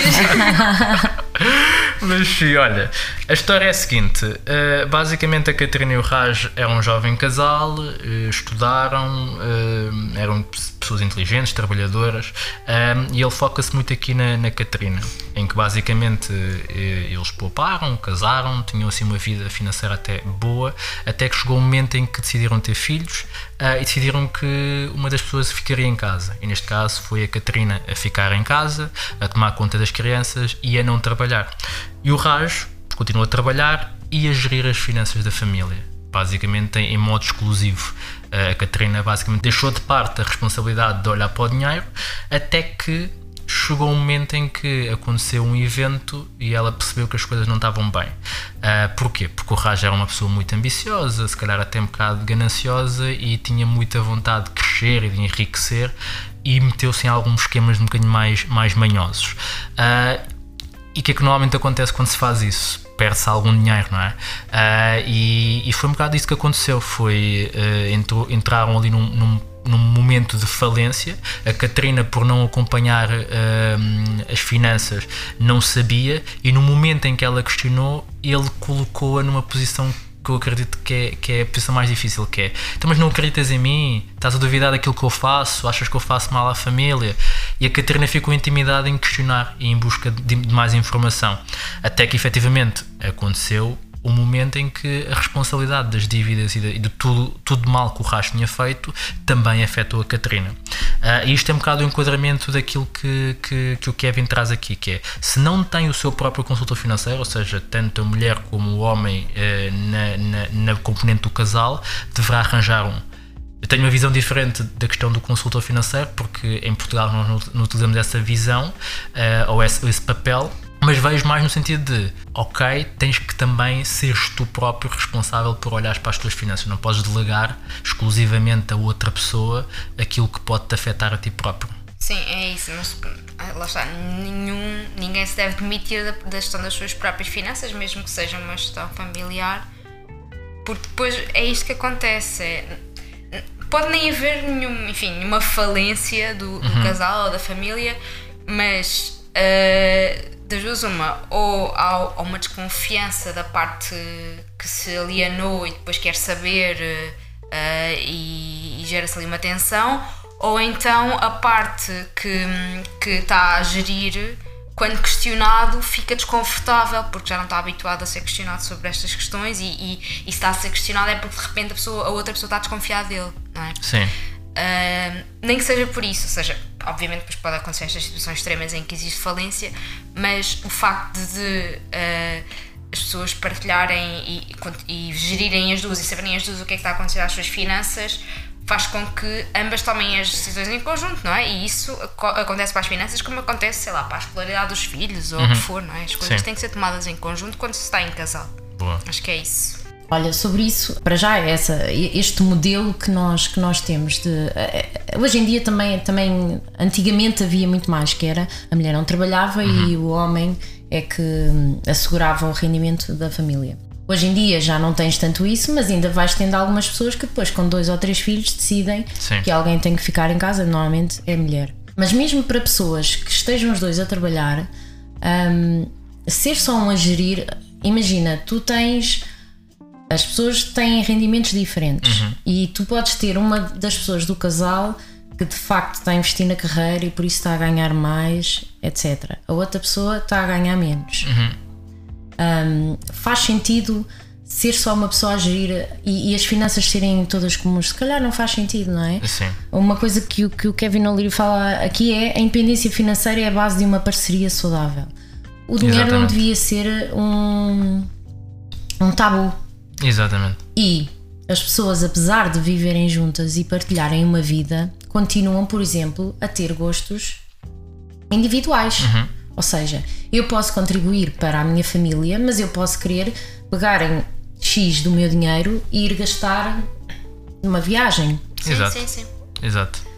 Mas sim, olha, a história é a seguinte. Uh, basicamente a Catarina e o Raj eram um jovem casal, uh, estudaram, uh, eram pessoas inteligentes, trabalhadoras, uh, e ele foca-se muito aqui na, na Catarina, em que basicamente uh, eles pouparam, casaram, tinham assim uma vida financeira até boa, até que chegou um momento em que decidiram ter filhos uh, e decidiram que uma das pessoas ficaria em casa, e neste caso foi a Catarina a ficar em casa, a tomar conta das crianças e a não trabalhar. E o Raj continua a trabalhar e a gerir as finanças da família, basicamente em, em modo exclusivo. A Catarina basicamente deixou de parte a responsabilidade de olhar para o dinheiro, até que chegou um momento em que aconteceu um evento e ela percebeu que as coisas não estavam bem. Uh, porquê? Porque o Raj era uma pessoa muito ambiciosa, se calhar até um bocado gananciosa, e tinha muita vontade de crescer e de enriquecer, e meteu-se em alguns esquemas um bocadinho mais, mais manhosos. Uh, E o que é que normalmente acontece quando se faz isso? Perde-se algum dinheiro, não é? Uh, e, e foi um bocado isso que aconteceu. Foi, uh, entrou, entraram ali num, num, num momento de falência. A Catarina, por não acompanhar uh, as finanças, não sabia, e no momento em que ela questionou, ele colocou-a numa posição que eu acredito que é, que é a posição mais difícil, que é: então, mas não acreditas em mim? Estás a duvidar daquilo que eu faço? Achas que eu faço mal à família? E a Catarina ficou intimidada em questionar e em busca de, de mais informação, até que efetivamente aconteceu o momento em que a responsabilidade das dívidas e de, de tudo, tudo mal que o Raj tinha feito também afetou a Catarina. Uh, e isto é um bocado o enquadramento daquilo que, que, que o Kevin traz aqui, que é: se não tem o seu próprio consultor financeiro, ou seja, tanto a mulher como o homem uh, na, na, na componente do casal, deverá arranjar um. Eu tenho uma visão diferente da questão do consultor financeiro, porque em Portugal nós não, não utilizamos essa visão uh, ou esse, esse papel, mas vejo mais no sentido de: ok, tens que também seres tu próprio responsável por olhares para as tuas finanças, não podes delegar exclusivamente a outra pessoa aquilo que pode te afetar a ti próprio. Sim, é isso, mas lá está, nenhum, ninguém se deve demitir da, da gestão das suas próprias finanças, mesmo que seja uma gestão familiar, porque depois é isto que acontece. É, pode nem haver nenhum, enfim, nenhuma falência do, do uhum. casal ou da família, mas uh, das duas uma, ou há uma desconfiança da parte que se alienou e depois quer saber uh, e, e gera-se ali uma tensão, ou então a parte que, que está a gerir, quando questionado, fica desconfortável porque já não está habituado a ser questionado sobre estas questões, e, e, e se está a ser questionado é porque de repente a, pessoa, a outra pessoa está desconfiada dele, não é? Sim. Uh, nem que seja por isso, ou seja, obviamente depois pode acontecer estas situações extremas em que existe falência, mas o facto de uh, as pessoas partilharem e, e, e gerirem as duas e saberem as duas o que é que está a acontecer às suas finanças faz com que ambas tomem as decisões em conjunto, não é? E isso acontece para as finanças como acontece, sei lá, para a escolaridade dos filhos ou uhum. o que for, não é? As coisas Sim. têm que ser tomadas em conjunto quando se está em casal. Boa. Acho que é isso. Olha, sobre isso, para já é essa, este modelo que nós, que nós temos de... Hoje em dia também, também, antigamente havia muito mais, que era a mulher não trabalhava uhum. e o homem é que assegurava o rendimento da família. Hoje em dia já não tens tanto isso, mas ainda vais tendo algumas pessoas que depois, com dois ou três filhos, decidem Sim. que alguém tem que ficar em casa, normalmente é a mulher. Mas mesmo para pessoas que estejam os dois a trabalhar, um, ser só um a gerir, imagina, tu tens... As pessoas têm rendimentos diferentes uhum. e tu podes ter uma das pessoas do casal que de facto está a investir na carreira e por isso está a ganhar mais, etcétera. A outra pessoa está a ganhar menos. Uhum. Um, faz sentido ser só uma pessoa a gerir e, e as finanças serem todas comuns? Se calhar não faz sentido, não é? Sim. Uma coisa que, que o Kevin O'Leary fala aqui é: a independência financeira é a base de uma parceria saudável. O dinheiro Exatamente. Não devia ser um, um tabu. Exatamente. E as pessoas, apesar de viverem juntas e partilharem uma vida, continuam, por exemplo, a ter gostos individuais. Uhum. Ou seja, eu posso contribuir para a minha família, mas eu posso querer pegar em X do meu dinheiro e ir gastar numa viagem. Sim, Exato. sim, sim. Exato.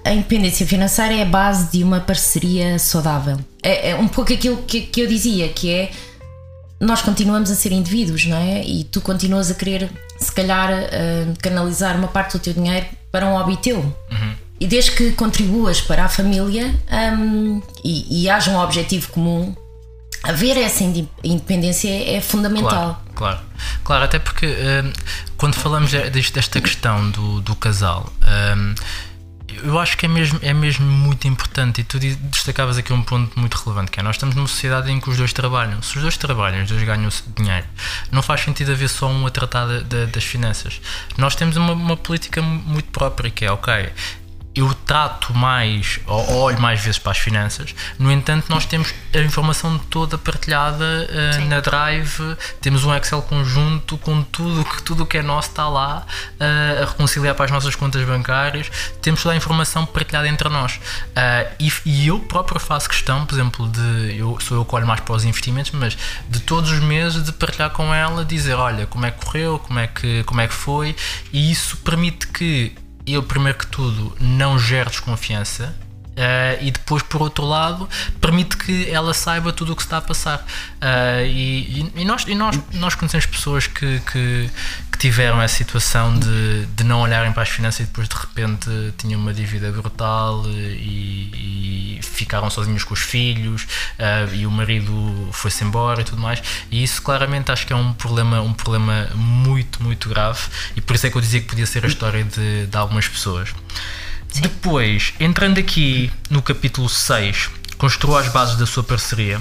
a independência financeira é a base de uma parceria saudável. É, é um pouco aquilo que, que eu dizia, que é nós continuamos a ser indivíduos, não é? E tu continuas a querer, se calhar, uh, canalizar uma parte do teu dinheiro para um hobby teu. Uhum. E desde que contribuas para a família um, e, e haja um objetivo comum, haver essa independência é fundamental. Claro, claro, claro, até porque um, quando falamos desta questão do, do casal, um, eu acho que é mesmo, é mesmo muito importante, e tu destacavas aqui um ponto muito relevante, que é nós estamos numa sociedade em que os dois trabalham. Se os dois trabalham, os dois ganham dinheiro, não faz sentido haver só um a tratar de, de, das finanças. Nós temos uma, uma política muito própria, que é, ok, eu trato mais, ou olho mais vezes para as finanças, no entanto nós temos a informação toda partilhada uh, na Drive, temos um Excel conjunto com tudo que tudo que é nosso está lá uh, a reconciliar para as nossas contas bancárias, temos toda a informação partilhada entre nós. Uh, e, e eu próprio faço questão, por exemplo, de, eu, sou eu que olho mais para os investimentos, mas de todos os meses de partilhar com ela, dizer, olha, como é que correu, como é que, como é que foi, e isso permite que eu, primeiro que tudo, não gero desconfiança uh, e depois, por outro lado, permite que ela saiba tudo o que se está a passar. Uh, e, e nós, e nós, nós conhecemos pessoas que, que, que tiveram essa situação de, de não olharem para as finanças e depois, de repente, tinham uma dívida brutal e, e ficaram sozinhos com os filhos uh, e o marido foi-se embora e tudo mais. E isso, claramente, acho que é um problema, um problema muito, muito grave, e por isso é que eu dizia que podia ser a história de, de algumas pessoas. Sim. Depois, entrando aqui no capítulo seis, construa as bases da sua parceria,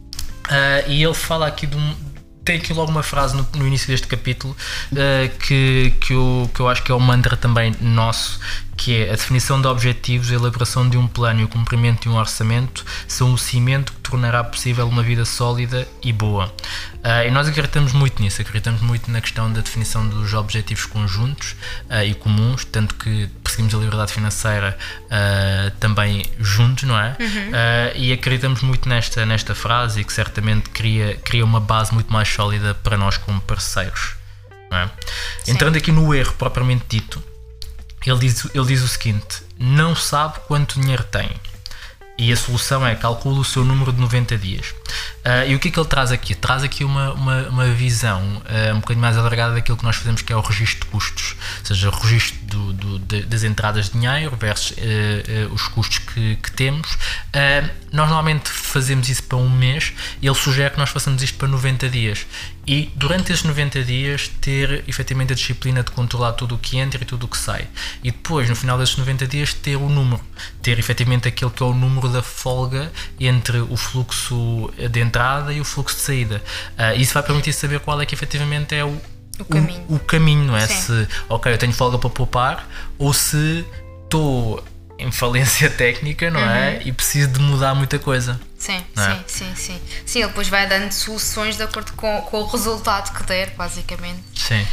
uh, e ele fala aqui de um... Tem aqui logo uma frase no, no início deste capítulo uh, que, que, eu, que eu acho que é o mantra também nosso, que é a definição de objetivos, a elaboração de um plano e o cumprimento de um orçamento são o cimento que tornará possível uma vida sólida e boa. Uh, e nós acreditamos muito nisso, acreditamos muito na questão da definição dos objetivos conjuntos uh, e comuns, tanto que perseguimos a liberdade financeira uh, também juntos, não é? Uhum. Uh, e acreditamos muito nesta, nesta frase, e que certamente cria, cria uma base muito mais sólida para nós como parceiros, não é? Entrando aqui no erro propriamente dito, ele diz, ele diz o seguinte: não sabe quanto dinheiro tem, e a solução é calcula o seu número de noventa dias. Uh, e o que é que ele traz aqui? Traz aqui uma, uma, uma visão uh, um bocadinho mais alargada daquilo que nós fazemos, que é o registro de custos, ou seja, o registro do, do, de, das entradas de dinheiro versus uh, uh, os custos que, que temos. Uh, nós normalmente fazemos isso para um mês, e ele sugere que nós façamos isto para noventa dias. E durante esses noventa dias ter efetivamente a disciplina de controlar tudo o que entra e tudo o que sai. E depois, no final desses noventa dias, ter o número. Ter efetivamente aquele que é o número da folga entre o fluxo de entrada e o fluxo de saída. Uh, isso vai permitir saber qual é que efetivamente é o, o, caminho. o, o caminho, não é? Sim. Se, ok, eu tenho folga para poupar, ou se estou em falência técnica, não uhum. é? E preciso de mudar muita coisa. Sim, sim, é? sim, sim. Sim, ele depois vai dando soluções de acordo com, com o resultado que der, basicamente. Sim.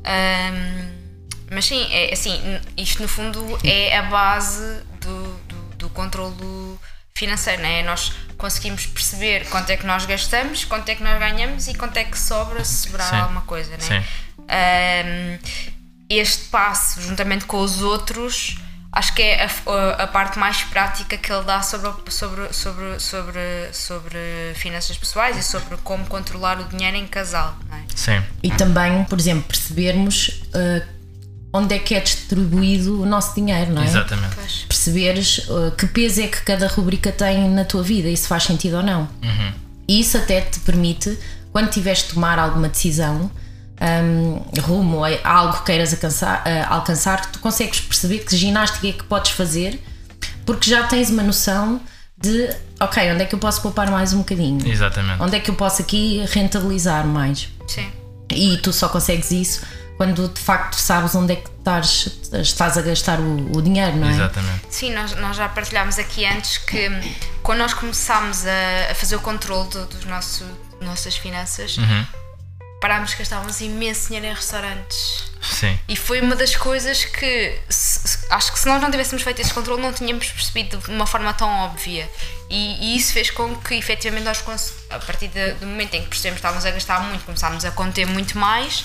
Um, mas sim, é, assim, isto no fundo é a base do, do, do controlo financeiro, não é? Nós conseguimos perceber quanto é que nós gastamos, quanto é que nós ganhamos e quanto é que sobra, se sobrar sim. alguma coisa, não é? Sim. Um, este passo, juntamente com os outros, acho que é a, a parte mais prática que ele dá sobre, sobre, sobre, sobre, sobre finanças pessoais e sobre como controlar o dinheiro em casal, não é? Sim. E também, por exemplo, percebermos uh, onde é que é distribuído o nosso dinheiro, não é? Exatamente. Pois. Perceberes uh, que peso é que cada rubrica tem na tua vida e se faz sentido ou não. Uhum. E isso até te permite, quando tiveres de tomar alguma decisão, Um, rumo a algo que queiras alcançar, uh, alcançar, tu consegues perceber que ginástica é que podes fazer, porque já tens uma noção de, ok, onde é que eu posso poupar mais um bocadinho? Exatamente. Onde é que eu posso aqui rentabilizar mais? Sim. E tu só consegues isso quando de facto sabes onde é que estás, estás a gastar o, o dinheiro, não é? Exatamente. Sim, nós, nós já partilhámos aqui antes que quando nós começámos a, a fazer o controle do, dos nosso, nossas finanças, uhum. parámos de gastávamos imenso dinheiro em restaurantes. Sim. E foi uma das coisas que se, se, acho que se nós não tivéssemos feito esse controle não tínhamos percebido de uma forma tão óbvia. E, e isso fez com que efetivamente nós, a partir de, do momento em que percebemos que estávamos a gastar muito, começámos a conter muito mais,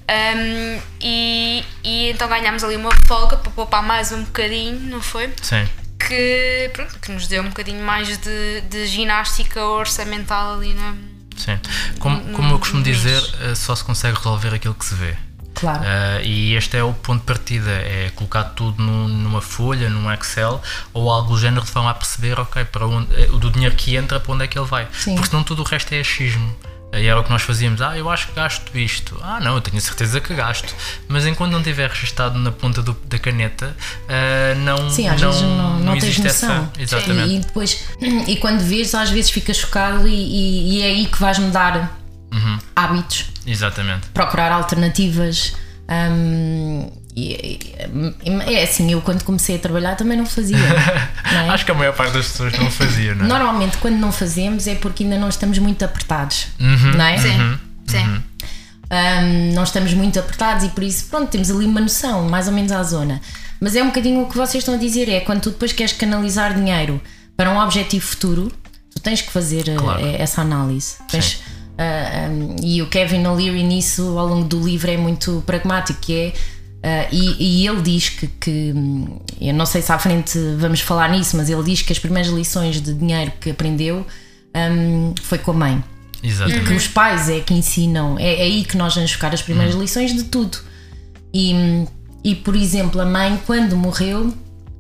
Um, e, e então ganhámos ali uma folga para poupar mais um bocadinho, não foi? Sim. Que, pronto, que nos deu um bocadinho mais de, de ginástica orçamental ali na. Sim. Como, no, como eu costumo no dizer, só se consegue resolver aquilo que se vê. Claro. Uh, e este é o ponto de partida, é colocar tudo num, numa folha, num Excel ou algo do género de forma a perceber, ok, para onde, o do dinheiro que entra, para onde é que ele vai. Sim. Porque senão tudo o resto é achismo. E era o que nós fazíamos, ah, eu acho que gasto isto, ah não, eu tenho certeza que gasto, mas enquanto não tiver registado na ponta do, da caneta, uh, não, Sim, às não, vezes não, não, não tens existe noção. essa. Exatamente. E, e depois, e quando vês, às vezes ficas chocado e, e, e é aí que vais mudar uhum. hábitos. Exatamente. Procurar alternativas. Hum, e, e, é assim, eu quando comecei a trabalhar também não fazia. Não é? Acho que a maior parte das pessoas não fazia, não é? Normalmente quando não fazemos é porque ainda não estamos muito apertados, uhum. não é? Sim, uhum. sim. Uhum. Um, não estamos muito apertados e por isso, pronto, temos ali uma noção, mais ou menos à zona. Mas é um bocadinho o que vocês estão a dizer, é quando tu depois queres canalizar dinheiro para um objetivo futuro, tu tens que fazer claro. uh, essa análise. Tens, uh, um, e o Kevin O'Leary nisso ao longo do livro é muito pragmático, que é Uh, e, e ele diz que, que, eu não sei se à frente vamos falar nisso, mas ele diz que as primeiras lições de dinheiro que aprendeu um, foi com a mãe. Exatamente. E que os pais é que ensinam, é, é aí que nós vamos buscar as primeiras uhum. lições de tudo. E, e por exemplo, a mãe, quando morreu,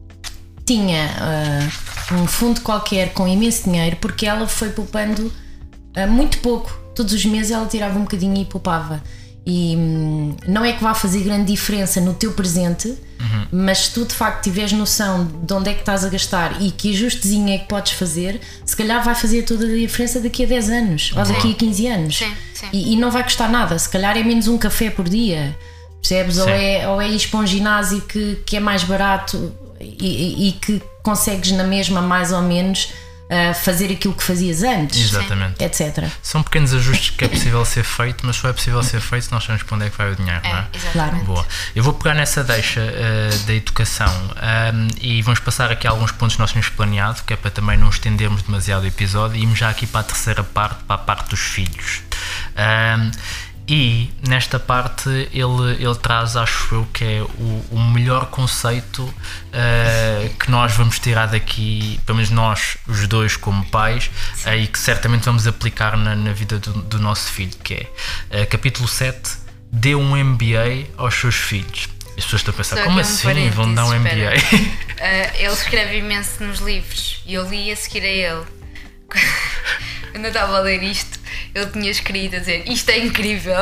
tinha uh, um fundo qualquer com imenso dinheiro, porque ela foi poupando uh, muito pouco. Todos os meses ela tirava um bocadinho e poupava. E hum, não é que vá fazer grande diferença no teu presente, uhum. mas se tu de facto tiveres noção de onde é que estás a gastar e que ajustezinho é que podes fazer, se calhar vai fazer toda a diferença daqui a dez anos ou daqui a quinze anos. Sim, sim. E, e não vai custar nada, se calhar é menos um café por dia, percebes? Ou é, ou é ir para um ginásio que, que é mais barato e, e, e que consegues na mesma mais ou menos Uh, fazer aquilo que fazias antes. Exatamente. Etcétera. São pequenos ajustes que é possível ser feito, mas só é possível ser feito se nós sabemos para onde é que vai o dinheiro, É, não é? exatamente. Boa. Eu vou pegar nessa deixa uh, da educação um, e vamos passar aqui alguns pontos que nós tínhamos planeado, que é para também não estendermos demasiado o episódio, e irmos já aqui para a terceira parte, para a parte dos filhos. Um, E nesta parte ele, ele traz, acho eu, que é o, o melhor conceito uh, que nós vamos tirar daqui, pelo menos nós, os dois como pais, uh, e que certamente vamos aplicar na, na vida do, do nosso filho, que é uh, capítulo sete, dê um M B A aos seus filhos. As pessoas estão a pensar, Só como um assim vão dar um M B A? Uh, ele escreve imenso nos livros e eu li a seguir a ele. Quando eu estava a ler isto, ele tinha escrito a dizer, isto é incrível.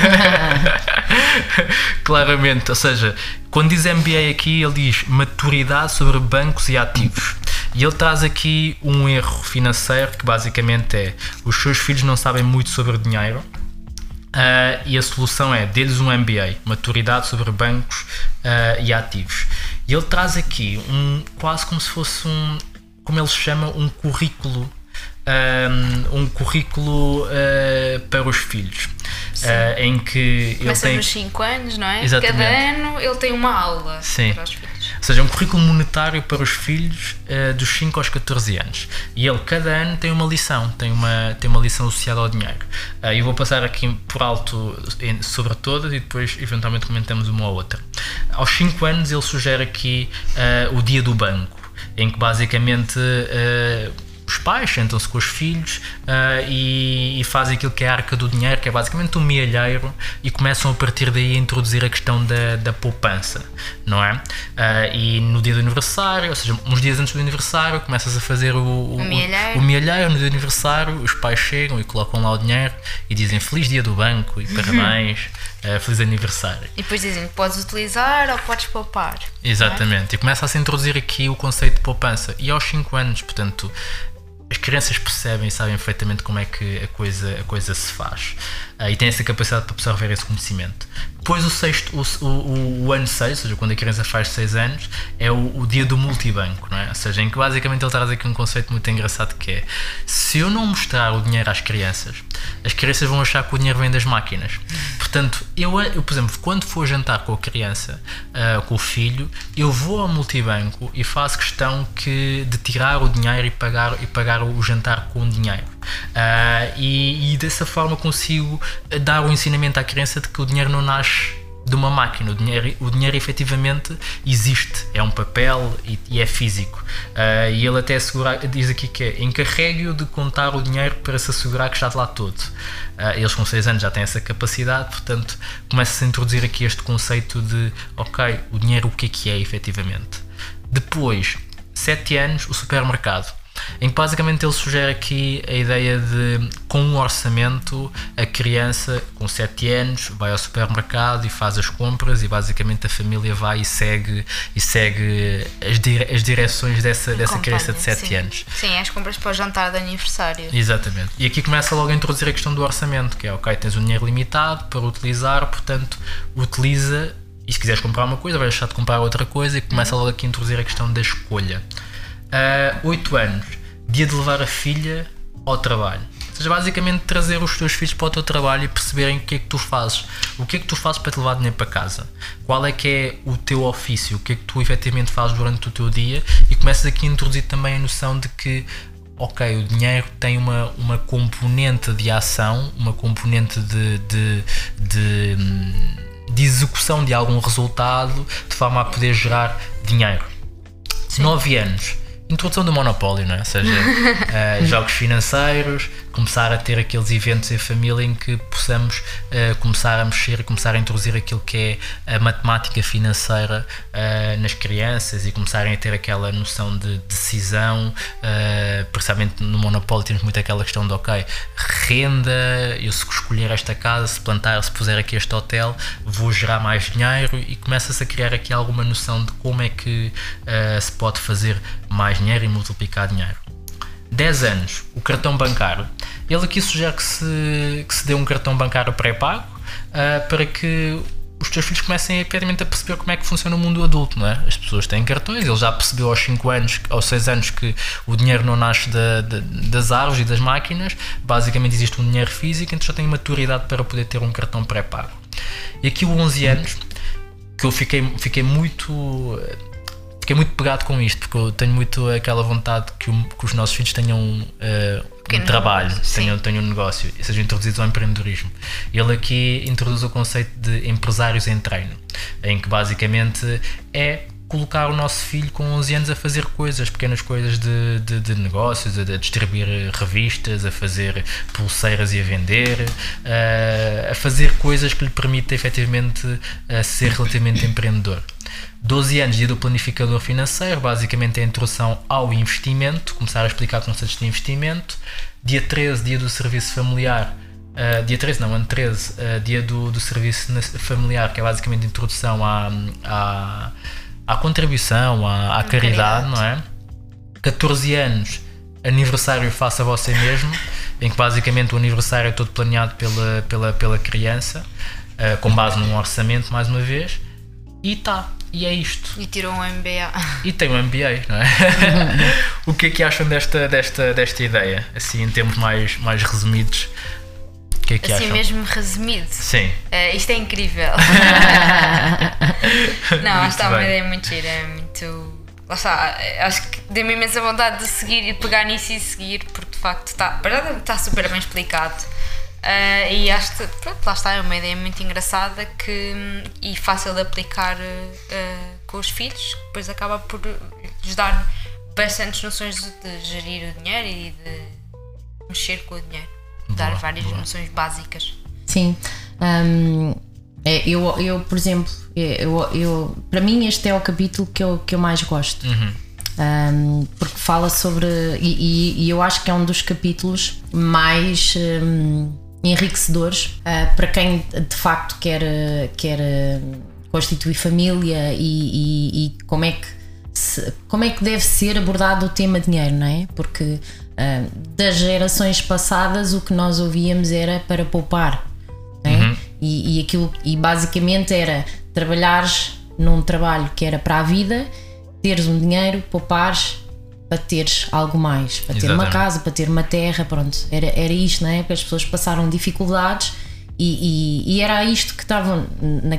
Claramente, ou seja, quando diz M B A aqui, ele diz maturidade sobre bancos e ativos. E ele traz aqui um erro financeiro que basicamente é, os seus filhos não sabem muito sobre dinheiro. Uh, e a solução é, dê-lhes um M B A, maturidade sobre bancos uh, e ativos. E ele traz aqui um, quase como se fosse um, como ele chama, um currículo Um, um currículo uh, para os filhos, uh, em que começa ele tem... nos cinco anos, não é? Exatamente. Cada ano ele tem uma aula. Sim. Para os filhos. Ou seja, um currículo monetário para os filhos uh, dos cinco aos catorze anos. E ele, cada ano, tem uma lição, tem uma, tem uma lição associada ao dinheiro. Uh, eu vou passar aqui por alto sobre todas e depois, eventualmente, comentamos uma ou outra. Aos cinco anos, ele sugere aqui uh, o dia do banco, em que, basicamente... Uh, os pais sentam-se com os filhos uh, e, e fazem aquilo que é a arca do dinheiro, que é basicamente um mealheiro, e começam a partir daí a introduzir a questão da, da poupança, não é? Uh, e no dia do aniversário, ou seja, uns dias antes do aniversário, começas a fazer o, o, o, mealheiro. o, o mealheiro. No dia do aniversário, os pais chegam e colocam lá o dinheiro e dizem feliz dia do banco e parabéns, uh, feliz aniversário. E depois dizem, podes utilizar ou podes poupar. Exatamente, e começa a se introduzir aqui o conceito de poupança. E aos cinco anos, portanto, as crianças percebem e sabem perfeitamente como é que a coisa, a coisa se faz, uh, e têm essa capacidade de absorver esse conhecimento. Depois o sexto, o, o, o ano seis, ou seja, quando a criança faz seis anos, é o, o dia do multibanco, não é? Ou seja, em que basicamente ele traz aqui um conceito muito engraçado, que é, se eu não mostrar o dinheiro às crianças, as crianças vão achar que o dinheiro vem das máquinas. Portanto, eu, eu por exemplo, quando for jantar com a criança, uh, com o filho, eu vou ao multibanco e faço questão que, de tirar o dinheiro e pagar, e pagar o jantar com o dinheiro. Uh, e, e dessa forma consigo dar o ensinamento à criança de que o dinheiro não nasce de uma máquina. O dinheiro, o dinheiro efetivamente existe, é um papel e, e é físico. Uh, e ele até assegura, diz aqui que é: encarregue-o de contar o dinheiro para se assegurar que está de lá todo. Uh, eles com seis anos já têm essa capacidade, portanto começa-se a introduzir aqui este conceito de ok, o dinheiro o que é que é efetivamente. Depois, sete anos, o supermercado, em que basicamente ele sugere aqui a ideia de, com um orçamento, a criança com sete anos vai ao supermercado e faz as compras e basicamente a família vai e segue, e segue as, dire, as direções dessa, dessa criança de sete anos. Sim, as compras para o jantar de aniversário. Exatamente. E aqui começa logo a introduzir a questão do orçamento, que é ok, tens um dinheiro limitado para utilizar, portanto utiliza, e se quiseres comprar uma coisa vais deixar de comprar outra coisa, e começa logo aqui a introduzir a questão da escolha. oito uh, anos, dia de levar a filha ao trabalho. Ou seja, basicamente trazer os teus filhos para o teu trabalho e perceberem o que é que tu fazes. O que é que tu fazes para te levar dinheiro para casa? Qual é que é o teu ofício? O que é que tu efetivamente fazes durante o teu dia? E começas aqui a introduzir também a noção de que ok, o dinheiro tem uma, uma componente de ação, uma componente de, de, de, de execução de algum resultado, de forma a poder gerar dinheiro. Sim. nove anos. Introdução do monopólio, não é? Ou seja, uh, jogos financeiros, começar a ter aqueles eventos em família em que possamos uh, começar a mexer e começar a introduzir aquilo que é a matemática financeira uh, nas crianças e começarem a ter aquela noção de decisão, uh, precisamente no monopólio temos muito aquela questão de ok, renda, eu se escolher esta casa, se plantar, se puser aqui este hotel, vou gerar mais dinheiro, e começa-se a criar aqui alguma noção de como é que uh, se pode fazer mais dinheiro e multiplicar dinheiro. dez anos, o cartão bancário. Ele aqui sugere que se, que se dê um cartão bancário pré-pago uh, para que os teus filhos comecem efetivamente a perceber como é que funciona o mundo adulto, não é? As pessoas têm cartões, ele já percebeu aos cinco anos, aos seis anos que o dinheiro não nasce da, da, das árvores e das máquinas, basicamente existe um dinheiro físico, então já tem maturidade para poder ter um cartão pré-pago. E aqui o onze anos, que eu fiquei, fiquei muito... Fiquei muito pegado com isto, porque eu tenho muito aquela vontade que, o, que os nossos filhos tenham uh, um trabalho, tenham, tenham um negócio, e sejam introduzidos ao empreendedorismo. Ele aqui introduz o conceito de empresários em treino, em que basicamente é colocar o nosso filho com onze anos a fazer coisas, pequenas coisas de, de, de negócios, a, a distribuir revistas, a fazer pulseiras e a vender, uh, a fazer coisas que lhe permitam efetivamente uh, ser relativamente empreendedor. doze anos, dia do planificador financeiro, basicamente é a introdução ao investimento, começar a explicar conceitos de investimento. Dia treze, dia do serviço familiar, uh, dia treze não, ano treze, uh, dia do, do serviço familiar, que é basicamente a introdução à, à, à contribuição, à, à caridade, não é? catorze anos, aniversário faça você mesmo, em que basicamente o aniversário é todo planeado pela, pela, pela criança, uh, com base num orçamento, mais uma vez, e tá. E é isto. E tirou um M B A. E tem um M B A, não é? O que é que acham desta, desta, desta ideia? Assim, em termos mais, mais resumidos, o que é que assim acham? mesmo resumido? Sim. Uh, isto é incrível. Não, acho que está uma ideia muito gira, é muito... Lá está, acho que deu-me imensa vontade de seguir e pegar nisso e seguir, porque de facto está, está super bem explicado. Uh, e acho que, pronto, lá está, é uma ideia muito engraçada que, e fácil de aplicar uh, com os filhos, que depois acaba por lhes dar bastantes noções de, de gerir o dinheiro e de mexer com o dinheiro, boa, dar várias boa. noções básicas. Sim, um, eu, eu, por exemplo, eu, eu, para mim este é o capítulo que eu, que eu mais gosto. Uhum. Um, porque fala sobre, e, e, e eu acho que é um dos capítulos mais um, enriquecedores uh, para quem de facto quer, quer uh, constituir família e, e, e como, é que se, como é que deve ser abordado o tema dinheiro, não é? Porque uh, das gerações passadas o que nós ouvíamos era para poupar, não é? Uhum. e, e, aquilo, e basicamente era trabalhares num trabalho que era para a vida, teres um dinheiro, poupares para teres algo mais, para ter Exatamente. uma casa, para ter uma terra, pronto, era, era isto, não é? Porque as pessoas passaram dificuldades e, e, e era isto que estavam na,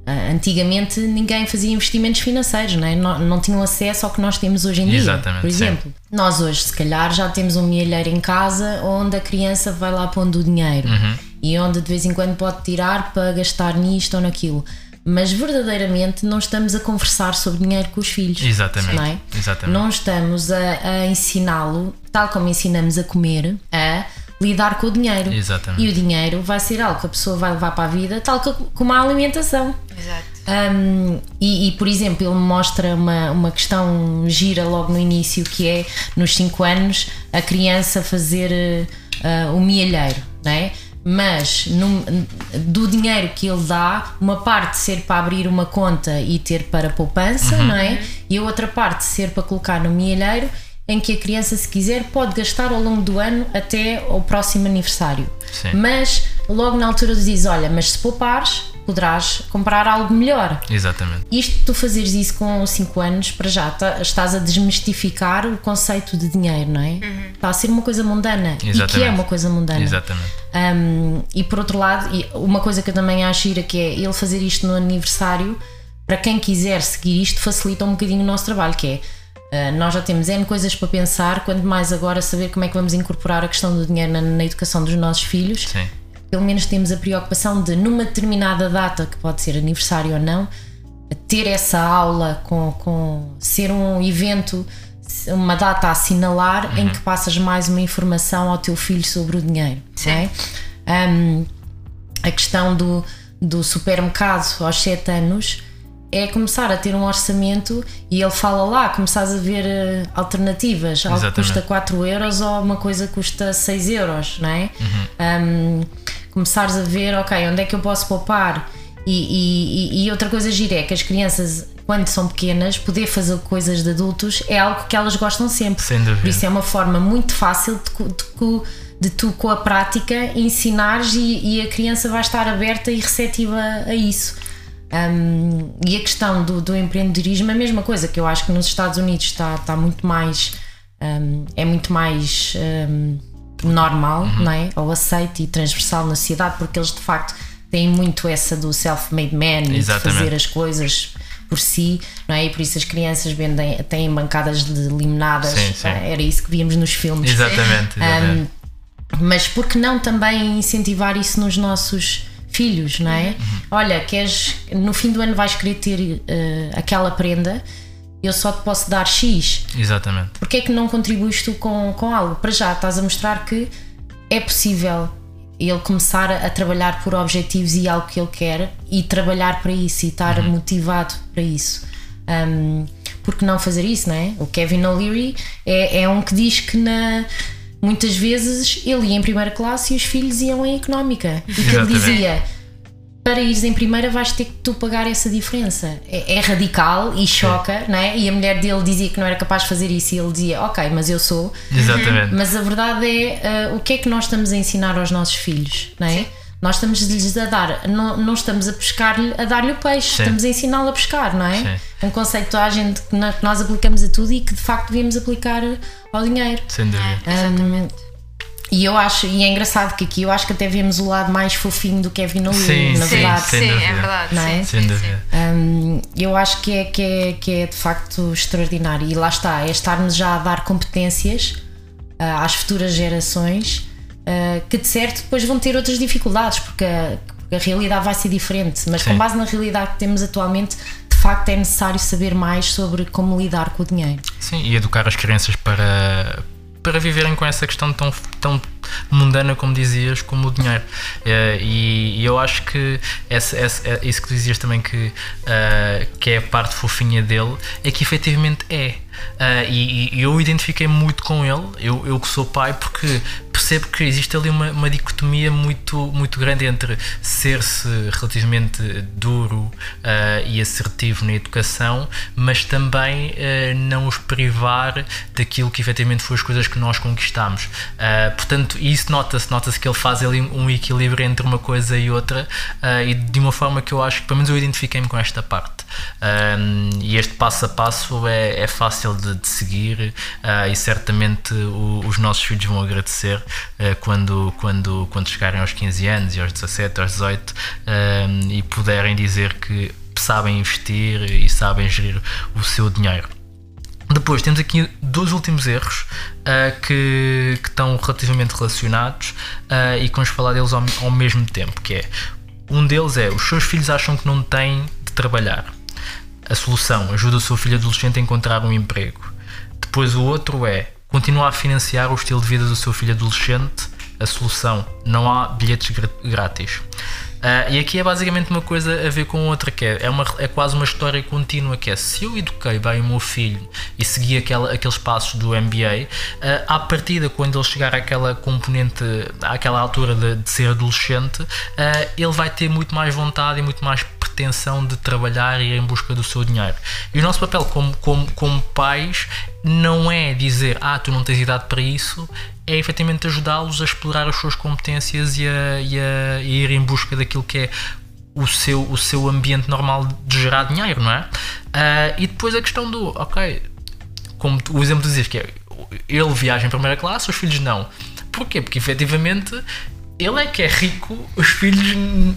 Antigamente ninguém fazia investimentos financeiros, não é? Não, não tinham acesso ao que nós temos hoje em dia. Exatamente, por exemplo, sim. Nós hoje se calhar já temos um milheiro em casa onde a criança vai lá pondo o dinheiro, uhum. E onde de vez em quando pode tirar para gastar nisto ou naquilo, mas verdadeiramente não estamos a conversar sobre dinheiro com os filhos. Exatamente, não é? Exatamente. Não estamos a, a ensiná-lo, tal como ensinamos a comer, a lidar com o dinheiro. Exatamente. E o dinheiro vai ser algo que a pessoa vai levar para a vida, tal como a alimentação. Exato. Um, e, e, por exemplo, ele mostra uma, uma questão gira logo no início, que é nos cinco anos a criança fazer uh, o mielheiro, não é? Mas no, do dinheiro que ele dá, uma parte ser para abrir uma conta e ter para poupança, uhum. não é? E a outra parte ser para colocar no mielheiro, em que a criança, se quiser, pode gastar ao longo do ano até ao próximo aniversário. Sim. Mas logo na altura diz, olha, mas se poupares, poderás comprar algo melhor. Exatamente. Isto, tu fazeres isso com cinco anos, para já tá, estás a desmistificar o conceito de dinheiro, não é? Uhum. Está a ser uma coisa mundana. Exatamente. E que é uma coisa mundana. Exatamente. Um, e por outro lado, uma coisa que eu também acho gira, que é ele fazer isto no aniversário, para quem quiser seguir isto, facilita um bocadinho o nosso trabalho, que é Uh, nós já temos N coisas para pensar, quanto mais agora saber como é que vamos incorporar a questão do dinheiro na, na educação dos nossos filhos. Sim. Pelo menos temos a preocupação de, numa determinada data, que pode ser aniversário ou não, ter essa aula com, com ser um evento, uma data a assinalar, uhum. em que passas mais uma informação ao teu filho sobre o dinheiro. Sim. Não é? Um, a questão do, do supermercado aos sete anos é começar a ter um orçamento, e ele fala lá, começares a ver uh, alternativas, algo que custa quatro euros ou uma coisa que custa seis euros, não é? Uhum. Um, começares a ver, ok, onde é que eu posso poupar? E, e, e outra coisa gira é que as crianças, quando são pequenas, poder fazer coisas de adultos é algo que elas gostam sempre. Sem dúvida. Por isso é uma forma muito fácil de, de, de tu, com a prática, ensinares, e, e a criança vai estar aberta e receptiva a isso. Um, e a questão do, do empreendedorismo é a mesma coisa, que eu acho que nos Estados Unidos está, está muito mais um, é muito mais um, normal, uhum. não é? Ou aceito e transversal na sociedade, porque eles de facto têm muito essa do self-made man. Exatamente. E de fazer as coisas por si, não é? E por isso as crianças vendem, têm bancadas de limonadas. Sim, sim. Era isso que víamos nos filmes. Exatamente, exatamente. Um, mas por que não também incentivar isso nos nossos filhos, não é? Uhum. Olha, queres, no fim do ano vais querer ter uh, aquela prenda, eu só te posso dar X. Exatamente. Porque é que não contribuis tu com, com algo? Para já estás a mostrar que é possível ele começar a, a trabalhar por objetivos e algo que ele quer, e trabalhar para isso e estar uhum. motivado para isso. Um, porque não fazer isso, não é? O Kevin O'Leary é, é um que diz que na muitas vezes ele ia em primeira classe e os filhos iam em económica. E que ele dizia, para ires em primeira vais ter que tu pagar essa diferença. É, é radical e choca, não é? E a mulher dele dizia que não era capaz de fazer isso, e ele dizia, ok, mas eu sou. Exatamente. Mas a verdade é, uh, o que é que nós estamos a ensinar aos nossos filhos, não é? Sim. Nós estamos-lhes a dar, não, não estamos a pescar-lhe, a dar-lhe o peixe. Sim. Estamos a ensiná-lo a pescar, não é? Sim. Um conceito que a gente, que nós aplicamos a tudo e que de facto devíamos aplicar ao dinheiro. Sem dúvida. Um, e eu acho, e é engraçado que aqui eu acho que até vemos o lado mais fofinho do Kevin O'Leary, na verdade. Sim, sim, é verdade. Não é? Sim, sem sim, dúvida. Um, eu acho que é, que, é, que é de facto extraordinário, e lá está, é estarmos já a dar competências uh, às futuras gerações. Uh, que de certo depois vão ter outras dificuldades, porque a, porque a realidade vai ser diferente, mas Sim. com base na realidade que temos atualmente, de facto é necessário saber mais sobre como lidar com o dinheiro. Sim, e educar as crianças para, para viverem com essa questão tão, tão mundana, como dizias, como o dinheiro. Uh, e, e eu acho que essa, essa, isso que tu dizias também, que, uh, que é a parte fofinha dele, é que efetivamente é. Uh, e, e eu identifiquei muito com ele, eu, eu que sou pai, porque percebo que existe ali uma, uma dicotomia muito, muito grande entre ser-se relativamente duro uh, e assertivo na educação, mas também uh, não os privar daquilo que efetivamente foi as coisas que nós conquistámos. Uh, portanto, isso nota-se, nota-se que ele faz ali um equilíbrio entre uma coisa e outra, uh, e de uma forma que eu acho que, pelo menos eu identifiquei-me com esta parte. Um, e este passo a passo é, é fácil de, de seguir, uh, e certamente o, os nossos filhos vão agradecer, uh, quando, quando, quando chegarem aos quinze anos e aos dezassete, aos dezoito uh, e puderem dizer que sabem investir e sabem gerir o seu dinheiro. Depois temos aqui dois últimos erros uh, que, que estão relativamente relacionados uh, e que vamos falar deles ao, ao mesmo tempo, que é, um deles é, os seus filhos acham que não têm de trabalhar. A solução, ajuda o seu filho adolescente a encontrar um emprego. Depois o outro é, continua a financiar o estilo de vida do seu filho adolescente. A solução, não há bilhetes grátis. Uh, e aqui é basicamente uma coisa a ver com outra, que é, é, uma, é quase uma história contínua, que é, se eu eduquei bem o meu filho e segui aquela, aqueles passos do M B A, uh, à partida, quando ele chegar àquela componente, àquela altura de, de ser adolescente, uh, ele vai ter muito mais vontade e muito mais pretensão de trabalhar e ir em busca do seu dinheiro. E o nosso papel como, como, como pais não é dizer, ah, tu não tens idade para isso, é efetivamente ajudá-los a explorar as suas competências e a, e a, a ir em busca daquilo que é o seu, o seu ambiente normal de gerar dinheiro, não é? Uh, e depois a questão do, ok, como o exemplo de dizer que é, ele viaja em primeira classe, os filhos não. Porquê? Porque efetivamente ele é que é rico, os filhos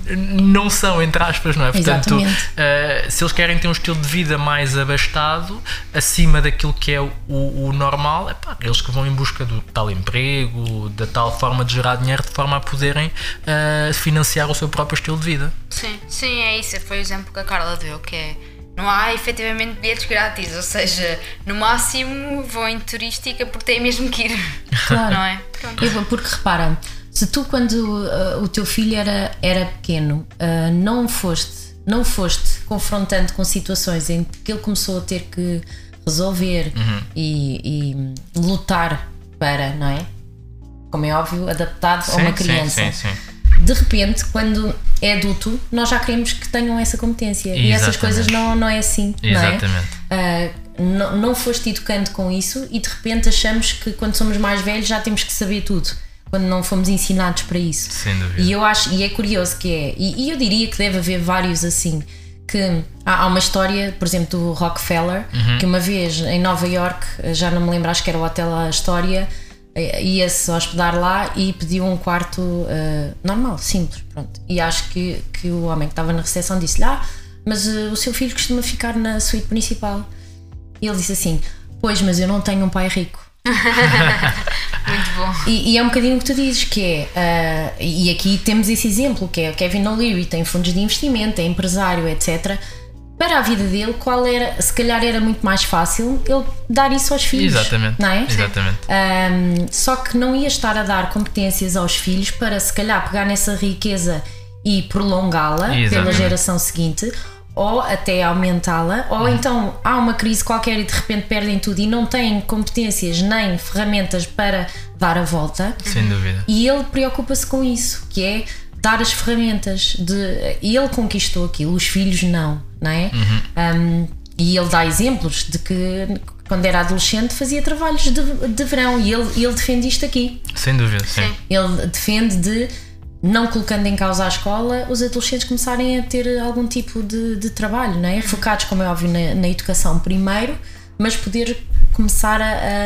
não são, entre aspas, não é? Portanto, uh, se eles querem ter um estilo de vida mais abastado, acima daquilo que é o, o normal, é pá, eles que vão em busca do tal emprego, da tal forma de gerar dinheiro, de forma a poderem uh, financiar o seu próprio estilo de vida. Sim, sim, é isso. Foi o exemplo que a Carla deu, que é, não há efetivamente bilhetes grátis, ou seja, no máximo vão em turística porque têm mesmo que ir. Claro. Não é? Eu, porque repara, se tu, quando uh, o teu filho era, era pequeno, uh, não foste, não foste confrontando com situações em que ele começou a ter que resolver uhum. e, e lutar para, não é? Como é óbvio, adaptado sim, a uma criança. Sim, sim, sim. De repente, quando é adulto, nós já queremos que tenham essa competência. Exatamente. E essas coisas não, não é assim. Exatamente. Não é? Uh, não, não foste educando com isso e de repente achamos que quando somos mais velhos já temos que saber tudo, quando não fomos ensinados para isso. Sem dúvida. E eu acho, e é curioso que é, e, e eu diria que deve haver vários assim, que há, há uma história, por exemplo, do Rockefeller, uhum. que uma vez em Nova York, já não me lembro, acho que era o Hotel Astoria, ia-se hospedar lá e pediu um quarto uh, normal, simples, pronto. E acho que, que o homem que estava na recepção disse-lhe, ah, mas uh, o seu filho costuma ficar na suíte principal. E ele disse assim, pois, mas eu não tenho um pai rico. Muito bom. E, e é um bocadinho o que tu dizes, que é, uh, e aqui temos esse exemplo, que é o Kevin O'Leary, tem fundos de investimento, é empresário, etcétera. Para a vida dele, qual era, se calhar era muito mais fácil ele dar isso aos filhos. Exatamente. Não é? Exatamente. Um, só que não ia estar a dar competências aos filhos para se calhar pegar nessa riqueza e prolongá-la pela geração seguinte, ou até aumentá-la, ou então há uma crise qualquer e de repente perdem tudo e não têm competências nem ferramentas para dar a volta. Sem dúvida. E ele preocupa-se com isso, que é dar as ferramentas de... Ele conquistou aquilo, os filhos não, não é? Uhum. Um, e ele dá exemplos de que quando era adolescente fazia trabalhos de, de verão e ele, ele defende isto aqui. Sem dúvida, sim. sim. Ele defende de, não colocando em causa a escola, os adolescentes começarem a ter algum tipo de, de trabalho, não é? Focados, como é óbvio, na, na educação primeiro, mas poder começar a...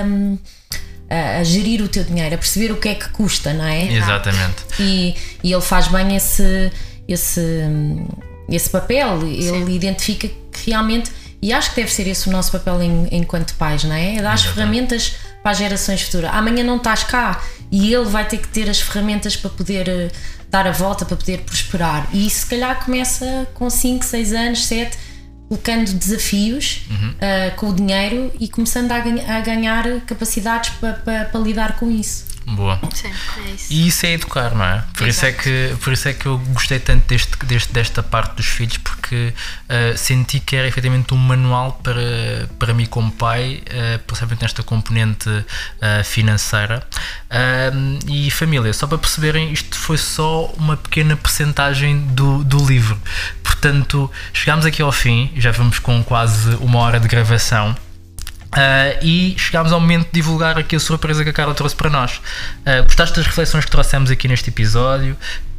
a a gerir o teu dinheiro, a perceber o que é que custa, não é? Exatamente. E, e ele faz bem esse, esse, esse papel, ele Sim. identifica que realmente, e acho que deve ser esse o nosso papel em, enquanto pais, não é? É dar as ferramentas para as gerações futuras. Amanhã não estás cá e ele vai ter que ter as ferramentas para poder uh, dar a volta, para poder prosperar. E se calhar começa com cinco, seis anos, sete, colocando desafios uhum. uh, com o dinheiro e começando a, ganha, a ganhar capacidades para pa, pa lidar com isso. Boa. Sim, é isso. E isso é educar, não é? Por isso é, que, por isso é que eu gostei tanto deste, deste, desta parte dos filhos, porque uh, senti que era efetivamente um manual para, para mim como pai, uh, principalmente nesta componente uh, financeira. Uh, e família, só para perceberem, isto foi só uma pequena percentagem do, do livro. Portanto, chegámos aqui ao fim, já vamos com quase uma hora de gravação. Uh, e chegámos ao momento de divulgar aqui a surpresa que a Carla trouxe para nós. Uh, gostaste das reflexões que trouxemos aqui neste episódio?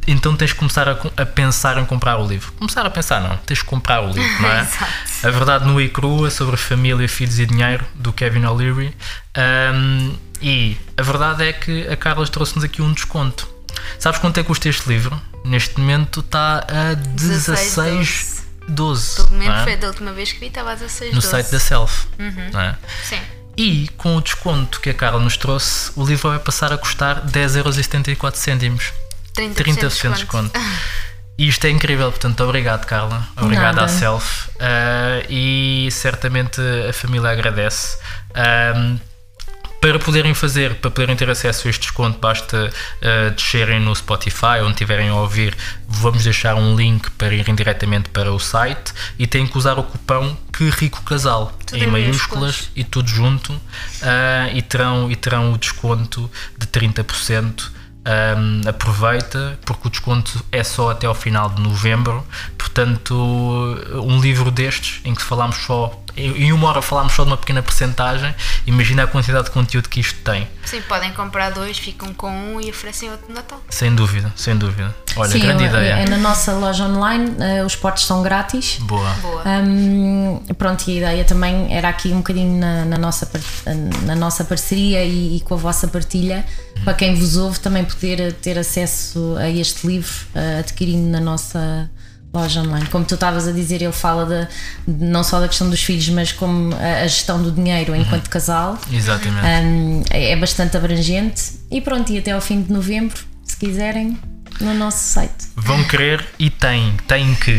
então tens de começar a, a pensar em comprar o livro. Começar a pensar, não, tens de comprar o livro, não é? Exato. A Verdade Nua e Crua sobre Família, Filhos e Dinheiro, do Kevin O'Leary. Um, e a verdade é que a Carla trouxe-nos aqui um desconto. Sabes quanto é que custa este livro? Neste momento está a dezasseis doze. Pelo menos é? Foi da última vez que vi, estava a dezasseis doze. No site da Self. Uhum. Não é? Sim. E com o desconto que a Carla nos trouxe, o livro vai passar a custar dez euros e setenta e quatro cêntimos. trinta por cento de desconto. E isto é incrível, portanto, obrigado, Carla. Obrigado à Self. Uh, e certamente a família agradece. Um, para poderem fazer, para poderem ter acesso a este desconto, basta uh, descerem no Spotify, onde estiverem a ouvir, vamos deixar um link para irem diretamente para o site e têm que usar o cupão Que Rico Casal, tudo em maiúsculas e tudo junto, uh, e, terão, e terão o desconto de trinta por cento. Um, aproveita, porque o desconto é só até ao final de novembro. Portanto, um livro destes em que falámos só em uma hora falámos só de uma pequena percentagem, imagina a quantidade de conteúdo que isto tem. Sim, podem comprar dois, ficam com um e oferecem outro no Natal. Sem dúvida, sem dúvida. Olha, Sim, grande é, ideia. É na nossa loja online, uh, os portos são grátis. Boa. Boa. Um, pronto, e a ideia também era aqui um bocadinho na, na, nossa, na nossa parceria e, e com a vossa partilha, hum. para quem vos ouve também poder ter acesso a este livro, uh, adquirindo na nossa loja online. Como tu estavas a dizer, ele fala de, de, não só da questão dos filhos, mas como a, a gestão do dinheiro enquanto uhum. casal. Exatamente. Um, é, é bastante abrangente. E pronto, e até ao fim de novembro, se quiserem, no nosso site. Vão querer e têm, têm que.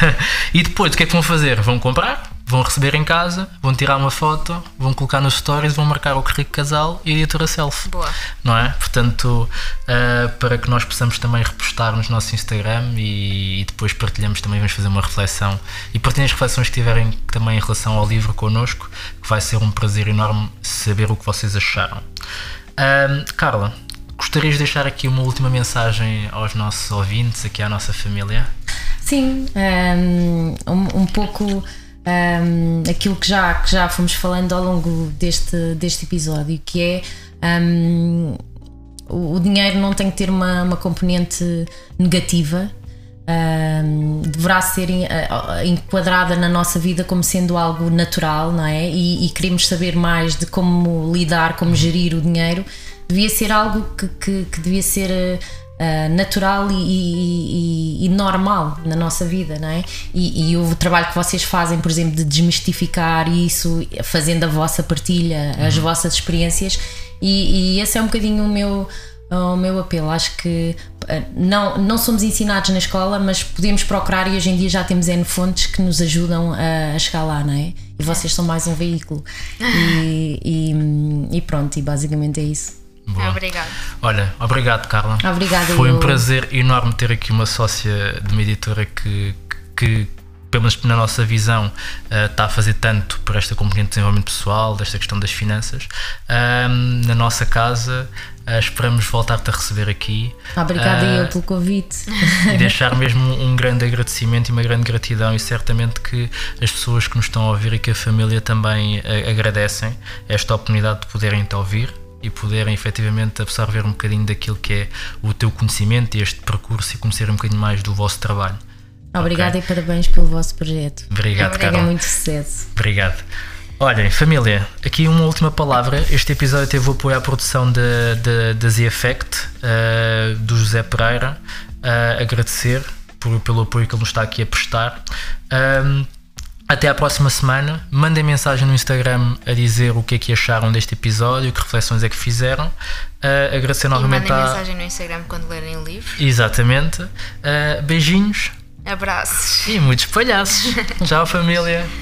E depois, o que é que vão fazer? Vão comprar, vão receber em casa, vão tirar uma foto, vão colocar nos stories, vão marcar o Que Rico Casal e a editora Self. Boa. Não é? Portanto, uh, para que nós possamos também repostar nos nossos Instagram e, e depois partilhamos também, vamos fazer uma reflexão e partilhem as reflexões que tiverem também em relação ao livro connosco, que vai ser um prazer enorme saber o que vocês acharam. Uh, Carla, gostarias de deixar aqui uma última mensagem aos nossos ouvintes, aqui à nossa família? Sim, um, um pouco um, aquilo que já, que já fomos falando ao longo deste, deste episódio, que é um, o, o dinheiro não tem que ter uma, uma componente negativa, um, deverá ser enquadrada na nossa vida como sendo algo natural, não é? E, e queremos saber mais de como lidar, como gerir o dinheiro. Devia ser algo que, que, que devia ser uh, natural e, e, e normal na nossa vida, não é? E, e o trabalho que vocês fazem, por exemplo, de desmistificar isso, fazendo a vossa partilha, as uhum. vossas experiências, e, e esse é um bocadinho o meu, o meu apelo. Acho que uh, não, não somos ensinados na escola, mas podemos procurar e hoje em dia já temos N fontes que nos ajudam a, a chegar lá, não é? E vocês são mais um veículo. E, e, e pronto, e basicamente é isso. Boa. Obrigado. Olha, obrigado, Carla. Obrigada. Foi eu... um prazer enorme ter aqui uma sócia de uma editora que, que pelo menos na nossa visão, uh, está a fazer tanto por esta componente de desenvolvimento pessoal, desta questão das finanças. Um, na nossa casa, uh, esperamos voltar-te a receber aqui. Obrigada uh, eu pelo convite. E deixar mesmo um grande agradecimento e uma grande gratidão, e certamente que as pessoas que nos estão a ouvir e que a família também uh, agradecem esta oportunidade de poderem te ouvir e poderem efetivamente absorver um bocadinho daquilo que é o teu conhecimento e este percurso e conhecer um bocadinho mais do vosso trabalho. Obrigada, okay? E parabéns pelo vosso projeto. Obrigado, Carol. É muito sucesso. Obrigado. Olhem, família, aqui uma última palavra. Este episódio teve o apoio à produção da Z Effect, uh, do José Pereira. Uh, agradecer por, pelo apoio que ele nos está aqui a prestar. Um, Até à próxima semana. Mandem mensagem no Instagram a dizer o que é que acharam deste episódio, que reflexões é que fizeram. Uh, agradecer novamente. E mandem à... mensagem no Instagram quando lerem o livro. Exatamente. Uh, beijinhos. Abraços. E muitos palhaços. Tchau, família.